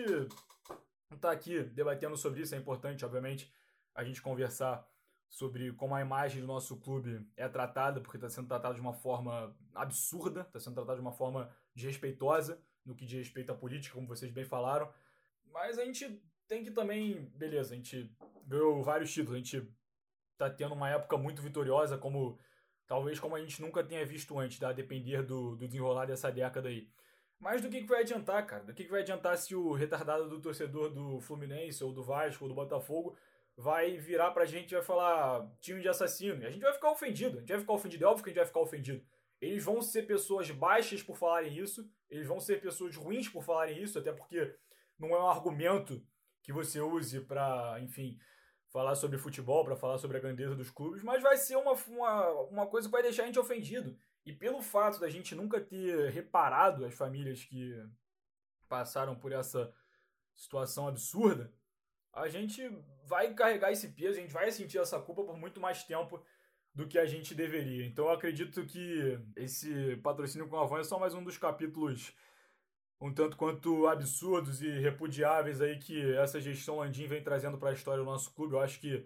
tá aqui debatendo sobre isso, é importante, obviamente, a gente conversar sobre como a imagem do nosso clube é tratada, porque está sendo tratada de uma forma absurda, está sendo tratada de uma forma desrespeitosa, no que diz respeito à política, como vocês bem falaram. Mas a gente tem que também, beleza, a gente ganhou vários títulos, a gente tá tendo uma época muito vitoriosa, talvez como a gente nunca tenha visto antes, a depender do desenrolar dessa década aí. Mas do que vai adiantar, cara? Do que vai adiantar se o retardado do torcedor do Fluminense, ou do Vasco, ou do Botafogo, vai virar pra gente e vai falar time de assassino? E a gente vai ficar ofendido, é óbvio que a gente vai ficar ofendido. Eles vão ser pessoas baixas por falarem isso, eles vão ser pessoas ruins por falarem isso, até porque não é um argumento que você use para, enfim, falar sobre futebol, para falar sobre a grandeza dos clubes, mas vai ser uma coisa que vai deixar a gente ofendido. E pelo fato da gente nunca ter reparado as famílias que passaram por essa situação absurda, a gente vai carregar esse peso, a gente vai sentir essa culpa por muito mais tempo do que a gente deveria. Então eu acredito que esse patrocínio com a Havan é só mais um dos capítulos um tanto quanto absurdos e repudiáveis aí que essa gestão Landim vem trazendo para a história do nosso clube.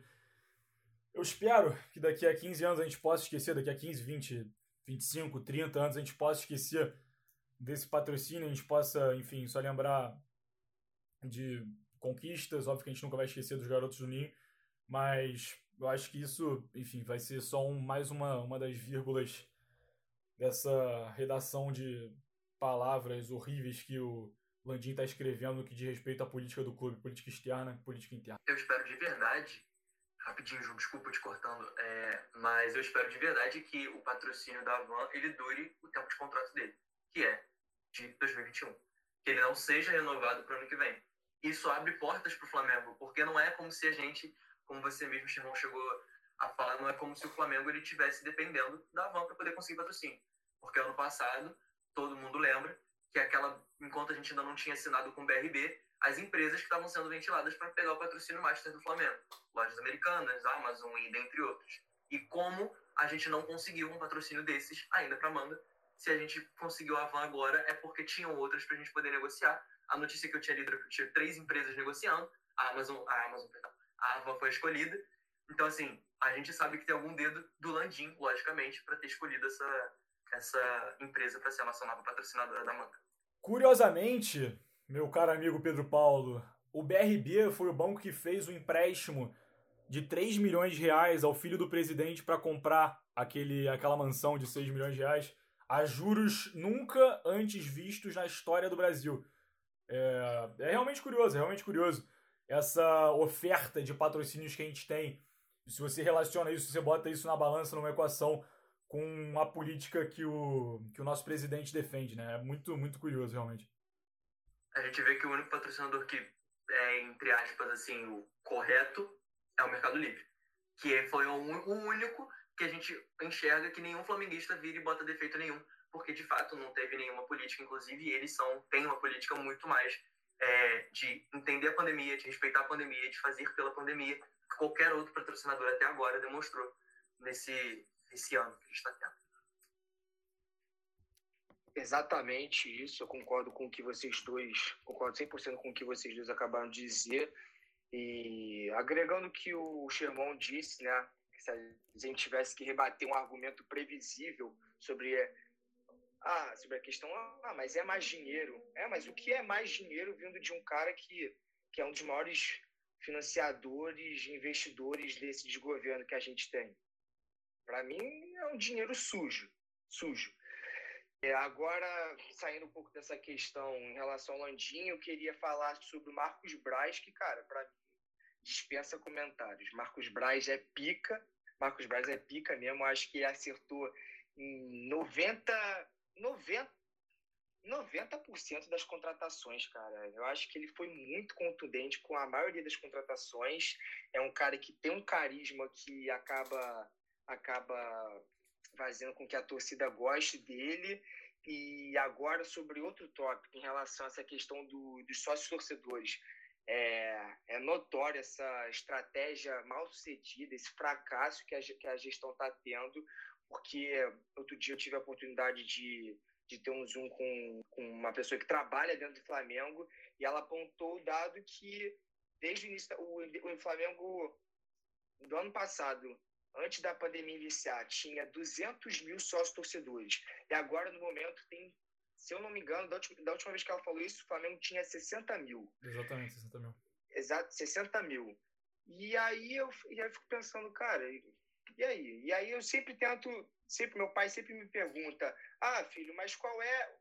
Eu espero que daqui a 15 anos a gente possa esquecer, daqui a 15, 20, 25, 30 anos a gente possa esquecer desse patrocínio, a gente possa, enfim, só lembrar de conquistas. Óbvio que a gente nunca vai esquecer dos garotos do Ninho, mas eu acho que isso, enfim, vai ser só mais uma das vírgulas dessa redação de palavras horríveis que o Landim está escrevendo no que diz respeito à política do clube, política externa e política interna. Eu espero de verdade, rapidinho, João, desculpa te cortando, mas eu espero de verdade que o patrocínio da Havan, ele dure o tempo de contrato dele, que é de 2021. Que ele não seja renovado para o ano que vem. Isso abre portas para o Flamengo, porque não é como se a gente, como você mesmo, Chimão, chegou a falar, não é como se o Flamengo ele estivesse dependendo da Havan para poder conseguir patrocínio. Porque ano passado, todo mundo lembra que enquanto a gente ainda não tinha assinado com o BRB, as empresas que estavam sendo ventiladas para pegar o patrocínio master do Flamengo. Lojas Americanas, Amazon e dentre outros. E como a gente não conseguiu um patrocínio desses ainda para a manga, se a gente conseguiu a Havan agora é porque tinham outras para a gente poder negociar. A notícia que eu tinha lido era que tinha 3 empresas negociando, a Havan foi escolhida. Então, assim, a gente sabe que tem algum dedo do Landim, logicamente, para ter escolhido essa empresa para ser a nossa nova patrocinadora da manga. Curiosamente, meu caro amigo Pedro Paulo, o BRB foi o banco que fez o empréstimo de R$3 milhões ao filho do presidente para comprar aquela mansão de R$6 milhões. a juros nunca antes vistos na história do Brasil. É realmente curioso, essa oferta de patrocínios que a gente tem. Se você relaciona isso, você bota isso na balança, numa equação com a política que o nosso presidente defende, né? É muito, muito curioso, realmente. A gente vê que o único patrocinador que é, entre aspas, assim, o correto é o Mercado Livre. Que foi o único que a gente enxerga que nenhum flamenguista vira e bota defeito nenhum, porque de fato não teve nenhuma política, inclusive eles têm uma política muito mais de entender a pandemia, de respeitar a pandemia, de fazer pela pandemia, que qualquer outro patrocinador até agora demonstrou nesse ano que a gente está tendo. Exatamente isso, eu concordo com o que vocês dois, concordo 100% com o que vocês dois acabaram de dizer, e agregando o que o Sherman disse, né, se a gente tivesse que rebater um argumento previsível sobre a questão, mas é mais dinheiro. Mas o que é mais dinheiro vindo de um cara que é um dos maiores financiadores, investidores desse desgoverno que a gente tem? Para mim, é um dinheiro sujo. Agora, saindo um pouco dessa questão em relação ao Landinho, eu queria falar sobre o Marcos Braz, que, cara, para mim, dispensa comentários. Marcos Braz é pica mesmo. Acho que ele acertou em 90% das contratações, cara. Eu acho que ele foi muito contundente com a maioria das contratações. É um cara que tem um carisma que acaba fazendo com que a torcida goste dele. E agora, sobre outro tópico, em relação a essa questão dos sócios torcedores. É notória essa estratégia mal sucedida, esse fracasso que a gestão está tendo, porque outro dia eu tive a oportunidade de ter um Zoom com uma pessoa que trabalha dentro do Flamengo, e ela apontou o dado que desde o início, o Flamengo do ano passado, antes da pandemia iniciar, tinha 200 mil sócios torcedores, e agora no momento tem, se eu não me engano, da última vez que ela falou isso, o Flamengo tinha 60 mil. Exatamente, 60 mil. Exato, 60 mil. E aí eu fico pensando, cara, e aí? E aí eu sempre meu pai sempre me pergunta, filho, mas qual é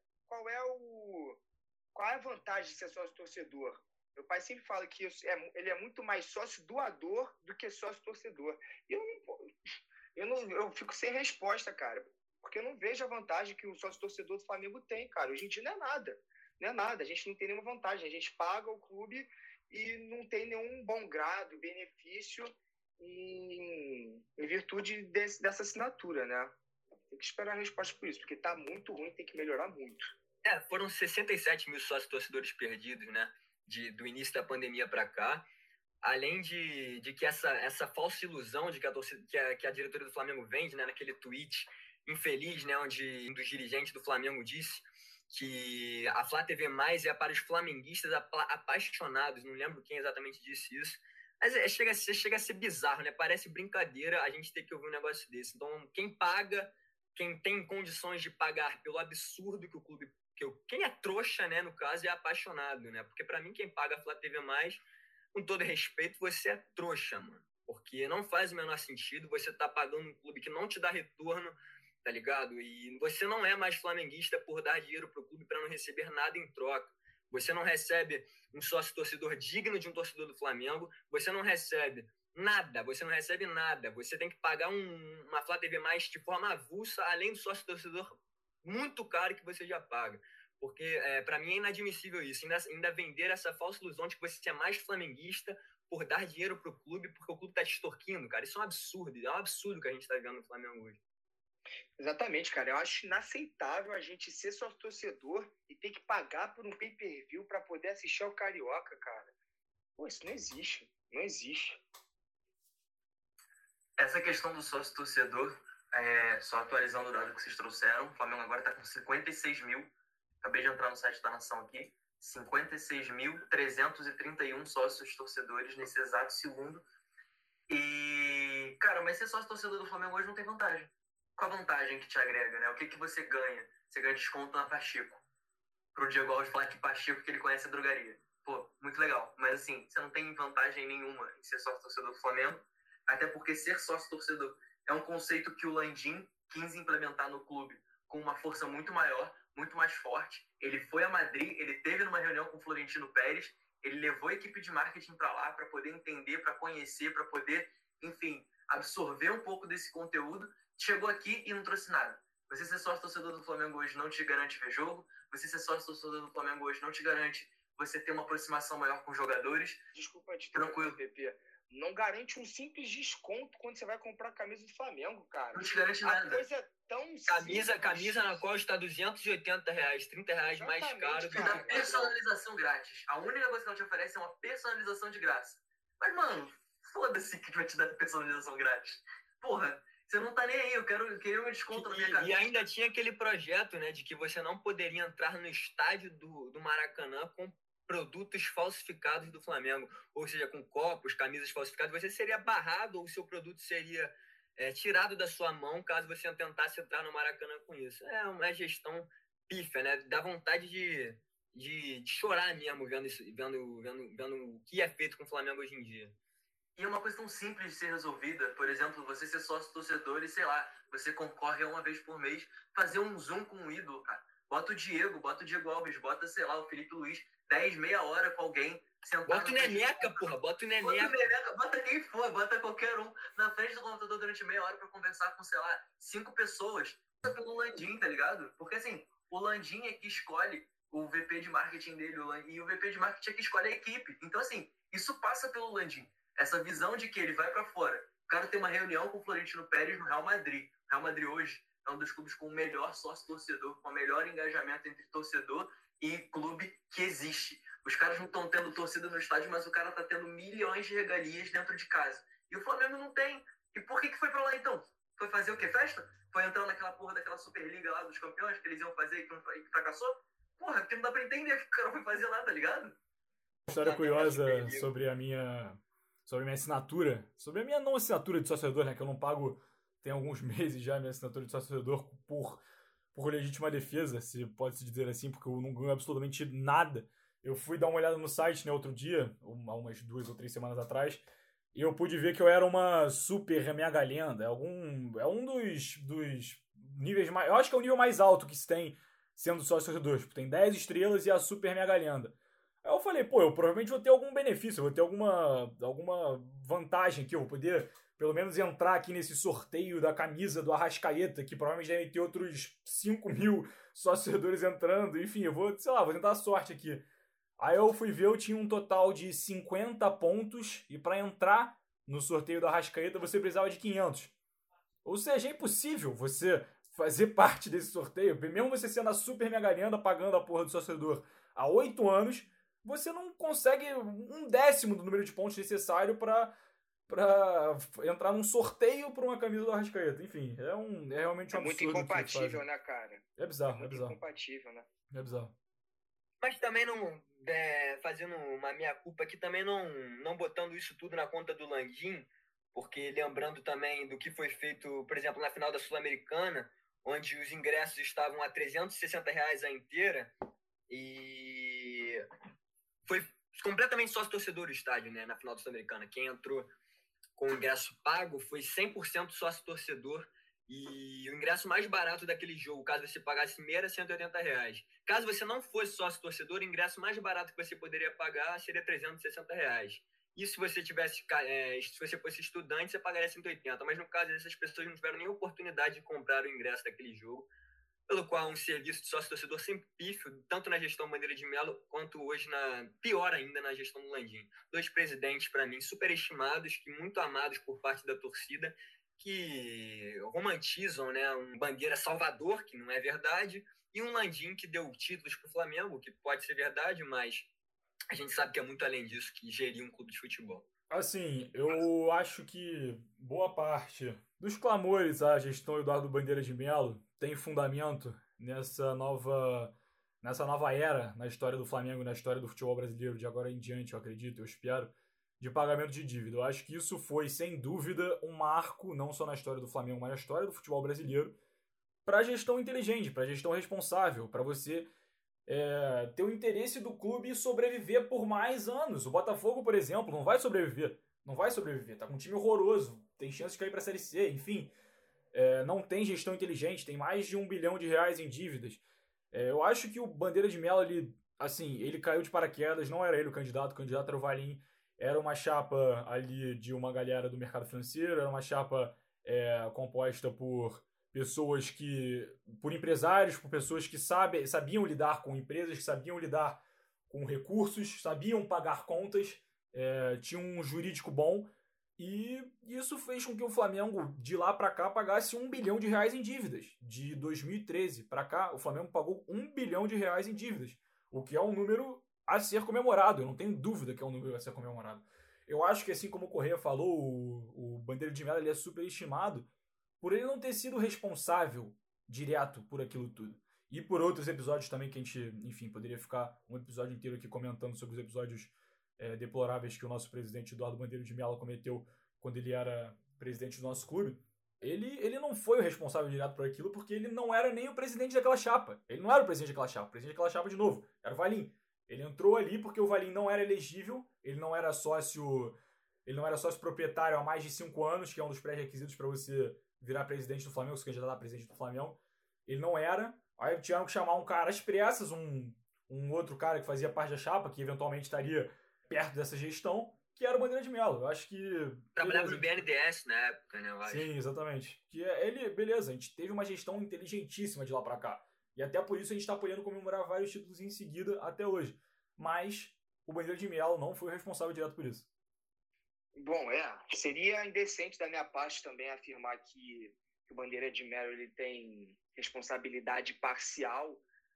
a vantagem de ser sócio torcedor? Meu pai sempre fala que ele é muito mais sócio doador do que sócio torcedor. E eu fico sem resposta, cara, porque eu não vejo a vantagem que o sócio torcedor do Flamengo tem, cara. Hoje em dia não é nada, a gente não tem nenhuma vantagem, a gente paga o clube e não tem nenhum bom grado, benefício em virtude dessa assinatura, né? Tem que esperar a resposta por isso, porque tá muito ruim, tem que melhorar muito. Foram 67 mil sócios torcedores perdidos, né? Do início da pandemia para cá. Além de que essa falsa ilusão de que a diretoria do Flamengo vende, né? Naquele tweet infeliz, né? Onde um dos dirigentes do Flamengo disse que a Flá TV Mais é para os flamenguistas apaixonados. Não lembro quem exatamente disse isso. Mas chega a ser bizarro, né? Parece brincadeira a gente ter que ouvir um negócio desse. Então, quem tem condições de pagar pelo absurdo que o clube... Quem é trouxa, né, no caso, é apaixonado, né? Porque para mim, quem paga a Flá TV Mais, com todo respeito, você é trouxa, mano. Porque não faz o menor sentido você tá pagando um clube que não te dá retorno, tá ligado? E você não é mais flamenguista por dar dinheiro pro clube para não receber nada em troca. Você não recebe um sócio torcedor digno de um torcedor do Flamengo, você não recebe nada. Você tem que pagar uma Flá TV Mais de forma avulsa, além do sócio torcedor muito caro que você já paga. Porque, para mim, é inadmissível isso. Ainda vender essa falsa ilusão de que você é mais flamenguista por dar dinheiro pro clube, porque o clube tá te extorquindo, cara. Isso é um absurdo. É um absurdo que a gente tá vendo no Flamengo hoje. Exatamente, cara. Eu acho inaceitável a gente ser sócio torcedor e ter que pagar por um pay-per-view para poder assistir ao Carioca, cara. Pô, isso não existe. Não existe. Essa questão do sócio torcedor, só atualizando o dado que vocês trouxeram, o Flamengo agora está com 56 mil. Acabei de entrar no site da Nação aqui. 56.331 sócios torcedores nesse exato segundo. E, cara, mas ser sócio torcedor do Flamengo hoje não tem vantagem. Qual a vantagem que te agrega, né? O que você ganha? Você ganha desconto na Pacheco. Pro Diego Alves falar que Pacheco que ele conhece a drogaria. Pô, muito legal. Mas assim, você não tem vantagem nenhuma em ser sócio torcedor do Flamengo. Até porque ser sócio torcedor é um conceito que o Landim quis implementar no clube com uma força muito maior, muito mais forte. Ele foi a Madrid, ele teve numa reunião com o Florentino Pérez, ele levou a equipe de marketing para lá para poder entender, para conhecer, para poder, enfim, absorver um pouco desse conteúdo. Chegou aqui e não trouxe nada. Você ser sócio torcedor do Flamengo hoje não te garante ver jogo. Você ser sócio torcedor do Flamengo hoje não te garante você ter uma aproximação maior com os jogadores. Desculpa te Tranquilo. PP. Não garante um simples desconto quando você vai comprar a camisa do Flamengo, cara. Não te garante A nada. coisa é tão Camisa na qual está R$280, R$30 mais Exatamente, caro do E dá cara. que... personalização grátis. A única coisa que ela te oferece é uma personalização de graça. Mas, mano, foda-se que vai te dar personalização grátis. Porra, você não tá nem aí. Eu queria meu desconto na minha E camisa. ainda tinha aquele projeto, né, de que você não poderia entrar no estádio do Maracanã com produtos falsificados do Flamengo, ou seja, com copos, camisas falsificadas. Você seria barrado ou o seu produto seria tirado da sua mão caso você tentasse entrar no Maracanã com isso. É uma gestão pífia, né? Dá vontade de chorar mesmo vendo o que é feito com o Flamengo hoje em dia. E é uma coisa tão simples de ser resolvida. Por exemplo, você ser sócio torcedor e, sei lá, você concorre a uma vez por mês fazer um Zoom com um ídolo, cara. Bota o Diego Alves, bota, sei lá, o Felipe Luiz, 10, meia hora com alguém, sentado... Bota o Neneca, porra, bota o Neneca. Bota quem for, bota qualquer um na frente do computador durante meia hora pra conversar com, sei lá, 5 pessoas. Pelo Landim, tá ligado? Porque, assim, o Landim é que escolhe o VP de marketing dele, e o VP de marketing é que escolhe a equipe. Então, assim, isso passa pelo Landim. Essa visão de que ele vai pra fora. O cara tem uma reunião com o Florentino Pérez no Real Madrid. O Real Madrid hoje é um dos clubes com o melhor sócio-torcedor, com o melhor engajamento entre torcedor e clube que existe. Os caras não estão tendo torcida no estádio, mas o cara tá tendo milhões de regalias dentro de casa. E o Flamengo não tem. E por que foi pra lá, então? Foi fazer o quê? Festa? Foi entrar naquela porra daquela Superliga lá dos campeões que eles iam fazer e que fracassou? Porra, porque não dá pra entender o que o cara foi fazer lá, tá ligado? História curiosa sobre a minha assinatura, sobre a minha não assinatura de sócio-torcedor, né, que eu não pago tem alguns meses já a minha assinatura de sócio-torcedor por legítima defesa, se pode-se dizer assim, porque eu não ganho absolutamente nada. Eu fui dar uma olhada no site, né, outro dia, umas 2 ou 3 semanas atrás, e eu pude ver que eu era uma super mega lenda, é um dos níveis mais, eu acho que é o nível mais alto que se tem sendo sócio-torcedor, tipo, tem 10 estrelas e a super mega lenda. Aí eu falei, pô, eu provavelmente vou ter algum benefício, eu vou ter alguma vantagem aqui, eu vou poder pelo menos entrar aqui nesse sorteio da camisa do Arrascaeta, que provavelmente deve ter outros 5 mil sócios entrando, enfim, eu vou tentar a sorte aqui. Aí eu fui ver, eu tinha um total de 50 pontos, e para entrar no sorteio do Arrascaeta você precisava de 500. Ou seja, é impossível você fazer parte desse sorteio, mesmo você sendo a super mega lenda, pagando a porra do sócio há 8 anos, você não consegue 1/10 do número de pontos necessário para entrar num sorteio por uma camisa do Arrascaeta. Enfim, é realmente um absurdo. É muito incompatível, né, cara? É bizarro, muito incompatível, né? É bizarro. Mas também não, fazendo uma meia-culpa aqui, também não botando isso tudo na conta do Landim, porque lembrando também do que foi feito, por exemplo, na final da Sul-Americana, onde os ingressos estavam a R$360 a inteira, e foi completamente sócio-torcedor o estádio, né, na final da Sul-Americana. Quem entrou com o ingresso pago foi 100% sócio-torcedor, e o ingresso mais barato daquele jogo, caso você pagasse meia, era R$180. Caso você não fosse sócio-torcedor, o ingresso mais barato que você poderia pagar seria R$360. E se você se você fosse estudante, você pagaria 180. Mas no caso, essas pessoas não tiveram nem oportunidade de comprar o ingresso daquele jogo, pelo qual um serviço de sócio-torcedor sempre pífio, tanto na gestão Bandeira de Melo, quanto hoje, pior ainda, na gestão do Landim. 2 presidentes, para mim, superestimados, que muito amados por parte da torcida, que romantizam, né, um Bandeira salvador, que não é verdade, e um Landim que deu títulos para o Flamengo, que pode ser verdade, mas a gente sabe que é muito além disso, que gerir um clube de futebol. Assim, eu acho que boa parte dos clamores à gestão Eduardo Bandeira de Melo tem fundamento nessa nova era na história do Flamengo, na história do futebol brasileiro, de agora em diante, eu acredito, eu espero, de pagamento de dívida. Eu acho que isso foi, sem dúvida, um marco, não só na história do Flamengo, mas na história do futebol brasileiro, para gestão inteligente, para gestão responsável, para você ter o interesse do clube sobreviver por mais anos. O Botafogo, por exemplo, não vai sobreviver, tá com um time horroroso, tem chance de cair para a Série C, enfim. não tem gestão inteligente, tem mais de R$1 bilhão em dívidas. Eu acho que o Bandeira de Mello, ele caiu de paraquedas, não era ele o candidato era o Valim, era uma chapa ali de uma galera do mercado financeiro, era uma chapa composta por pessoas por empresários, por pessoas que sabiam lidar com empresas, que sabiam lidar com recursos, sabiam pagar contas, tinham um jurídico bom, e isso fez com que o Flamengo, de lá para cá, pagasse R$1 bilhão em dívidas. De 2013 para cá, o Flamengo pagou R$1 bilhão em dívidas, o que é um número a ser comemorado. Eu não tenho dúvida que é um número a ser comemorado. Eu acho que, assim como o Correia falou, o Bandeira de Mello ele é superestimado por ele não ter sido responsável direto por aquilo tudo. E por outros episódios também que a gente, enfim, poderia ficar um episódio inteiro aqui comentando sobre os episódios deploráveis que o nosso presidente Eduardo Bandeira de Mello cometeu quando ele era presidente do nosso clube. Ele não foi o responsável direto por aquilo porque ele não era nem o presidente daquela chapa. Ele não era o presidente daquela chapa. O presidente daquela chapa, de novo, era o Valim. Ele entrou ali porque o Valim não era elegível, ele não era sócio proprietário há mais de 5 anos, que é um dos pré-requisitos para você virar presidente do Flamengo, se candidatar a presidente do Flamengo. Ele não era. Aí tiveram que chamar um cara às pressas, um outro cara que fazia parte da chapa, que eventualmente estaria perto dessa gestão, que era o Bandeira de Mello. Eu acho que... Trabalhava no BNDES na época, né? Eu acho. Sim, exatamente. Beleza, a gente teve uma gestão inteligentíssima de lá pra cá. E até por isso a gente tá podendo comemorar vários títulos em seguida até hoje. Mas o Bandeira de Mello não foi o responsável direto por isso. Bom, seria indecente da minha parte também afirmar que o Bandeira de Mello ele tem responsabilidade parcial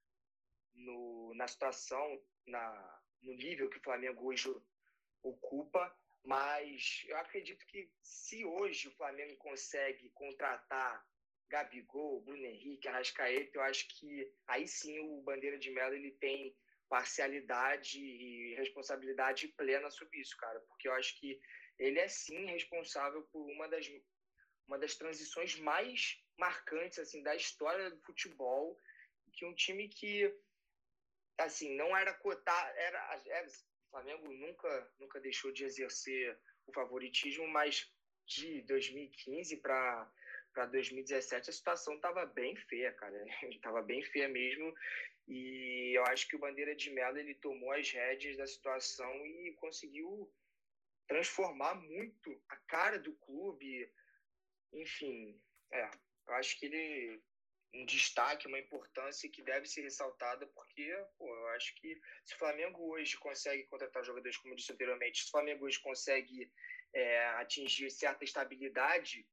na situação, no nível que o Flamengo hoje ocupa, mas eu acredito que se hoje o Flamengo consegue contratar Gabigol, Bruno Henrique, Arrascaeta, eu acho que aí sim o Bandeira de Mello ele tem parcialidade e responsabilidade plena sobre isso, cara, porque eu acho que ele é sim responsável por uma das transições mais marcantes assim da história do futebol, que um time que assim não era cotado, o Flamengo nunca deixou de exercer o favoritismo, mas de 2015 para 2017 a situação estava bem feia, cara, estava bem feia mesmo. E eu acho que o Bandeira de Mello ele tomou as rédeas da situação e conseguiu transformar muito a cara do clube. Enfim, eu acho que ele um destaque, uma importância que deve ser ressaltada, porque eu acho que se o Flamengo hoje consegue contratar jogadores, como eu disse anteriormente, se o Flamengo hoje consegue atingir certa estabilidade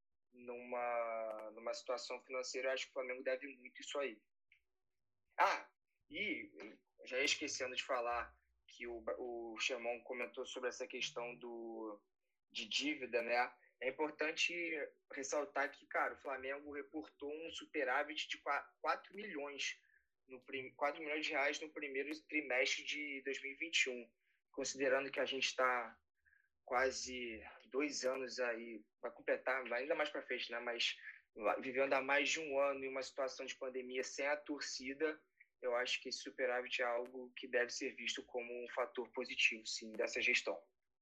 numa situação financeira, eu acho que o Flamengo deve muito isso aí. E já ia esquecendo de falar que o Xermão comentou sobre essa questão de dívida, né? É importante ressaltar que, cara, o Flamengo reportou um superávit de 4 milhões de reais no primeiro trimestre de 2021, considerando que a gente está quase 2 anos aí, vai completar ainda mais para frente, né? Mas vivendo há mais de um ano em uma situação de pandemia sem a torcida, eu acho que esse superávit é algo que deve ser visto como um fator positivo, sim, dessa gestão.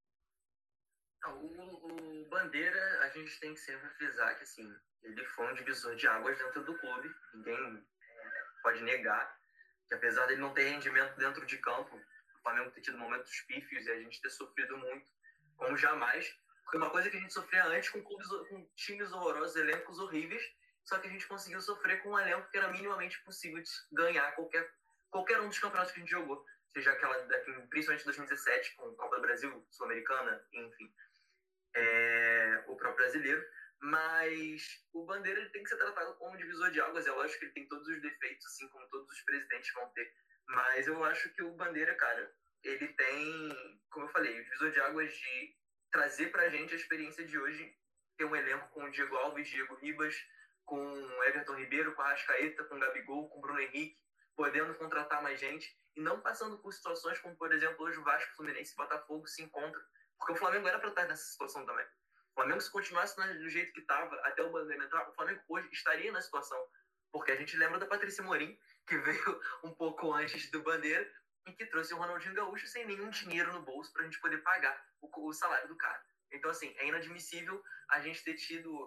O Bandeira, a gente tem que sempre frisar que, assim, ele foi um divisor de águas dentro do clube. Ninguém pode negar que, apesar dele não ter rendimento dentro de campo, o Flamengo ter tido momentos pífios e a gente ter sofrido muito, como jamais. Porque uma coisa que a gente sofria antes com times horrorosos, elencos horríveis, só que a gente conseguiu sofrer com um elenco que era minimamente possível de ganhar qualquer um dos campeonatos que a gente jogou. Seja principalmente 2017, com a Copa do Brasil, Sul-Americana, enfim. O próprio brasileiro. Mas o Bandeira ele tem que ser tratado como um divisor de águas. É lógico que ele tem todos os defeitos, assim como todos os presidentes vão ter. Mas eu acho que o Bandeira, cara, ele tem, como eu falei, o divisor de águas de trazer pra gente a experiência de hoje, ter um elenco com o Diego Alves, Diego Ribas, com Everton Ribeiro, com Arrascaeta, com Gabigol, com Bruno Henrique, podendo contratar mais gente e não passando por situações como, por exemplo, hoje o Vasco, Fluminense e Botafogo se encontram. Porque o Flamengo era para estar nessa situação também. O Flamengo, se continuasse do jeito que estava até o Bandeira entrar, o Flamengo hoje estaria na situação. Porque a gente lembra da Patrícia Morim, que veio um pouco antes do Bandeira e que trouxe o Ronaldinho Gaúcho sem nenhum dinheiro no bolso para a gente poder pagar o salário do cara. Então, assim, é inadmissível a gente ter tido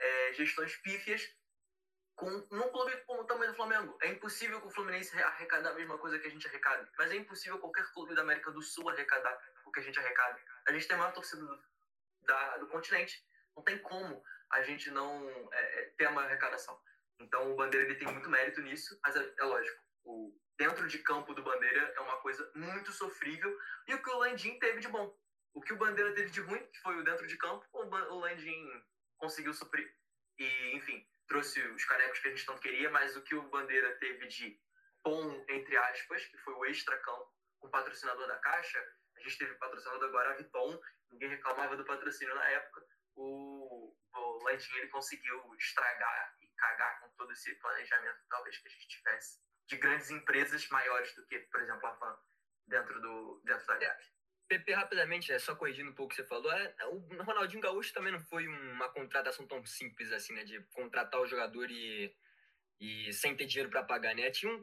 gestões pífias num clube como o tamanho do Flamengo. É impossível que o Fluminense arrecadar a mesma coisa que a gente arrecada, mas é impossível qualquer clube da América do Sul arrecadar o que a gente arrecada. A gente tem a maior torcida do continente. Não tem como a gente não ter a maior arrecadação. Então o Bandeira ele tem muito mérito nisso, mas é lógico, o dentro de campo do Bandeira é uma coisa muito sofrível, e o que o Landim teve de bom. O que o Bandeira teve de ruim, que foi o dentro de campo, o Landim conseguiu suprir. E, enfim, trouxe os canecos que a gente não queria, mas o que o Bandeira teve de bom, entre aspas, que foi o extra-campo, com o patrocinador da Caixa. A gente teve patrocinador agora, a Viton, ninguém reclamava do patrocínio na época. O Landim ele conseguiu estragar e cagar com todo esse planejamento, talvez, que a gente tivesse, de grandes empresas maiores do que, por exemplo, a FAM dentro da Gávea. PP, rapidamente, só corrigindo um pouco o que você falou, o Ronaldinho Gaúcho também não foi uma contratação tão simples assim, né, de contratar o jogador e sem ter dinheiro para pagar, né? Tinha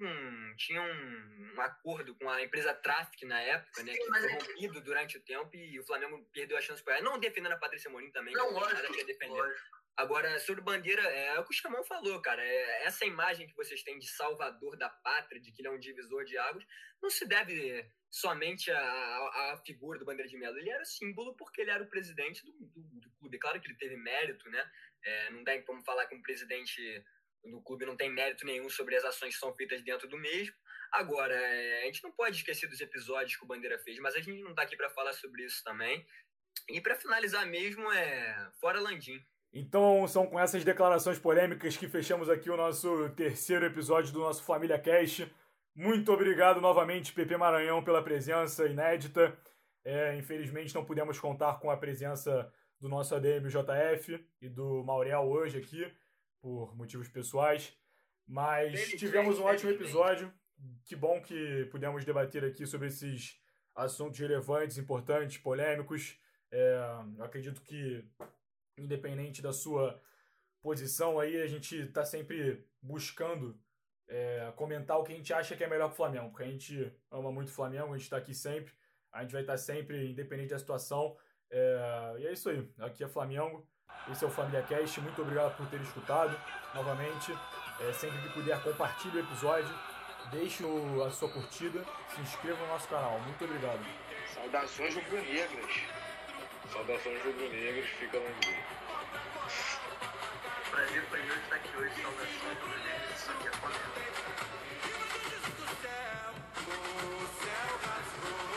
um acordo com a empresa Traffic na época, né, que foi rompido durante o tempo e o Flamengo perdeu a chance para ela. Não defendendo a Patrícia Morim também, não, que não tem nada pra defender. Agora, sobre Bandeira, é o que o Chamão falou, cara. Essa imagem que vocês têm de salvador da pátria, de que ele é um divisor de águas, não se deve somente à figura do Bandeira de Melo. Ele era símbolo porque ele era o presidente do clube. Claro que ele teve mérito, né? Não dá como falar que um presidente do clube não tem mérito nenhum sobre as ações que são feitas dentro do mesmo. Agora, a gente não pode esquecer dos episódios que o Bandeira fez, mas a gente não tá aqui para falar sobre isso também. E para finalizar mesmo, fora Landim. Então, são com essas declarações polêmicas que fechamos aqui o nosso terceiro episódio do nosso Família Cast. Muito obrigado novamente, PP Maranhão, pela presença inédita. Infelizmente, não pudemos contar com a presença do nosso ADM JF e do Mauriel hoje aqui, por motivos pessoais. Mas tivemos um ótimo episódio. Que bom que pudemos debater aqui sobre esses assuntos relevantes, importantes, polêmicos. Eu acredito que, independente da sua posição aí, a gente está sempre buscando comentar o que a gente acha que é melhor para o Flamengo, porque a gente ama muito o Flamengo, a gente está aqui sempre, a gente vai estar sempre, independente da situação, e é isso aí, aqui é Flamengo, esse é o Família Cast, muito obrigado por ter escutado, novamente, sempre que puder compartilhe o episódio, deixe a sua curtida, se inscreva no nosso canal, muito obrigado. Saudações rubro-negras. Saudações rubro-negras, fica longe. Prazer foi meu estar aqui hoje, saudações rubro-negras, isso aqui é Flamengo. O céu rasgou.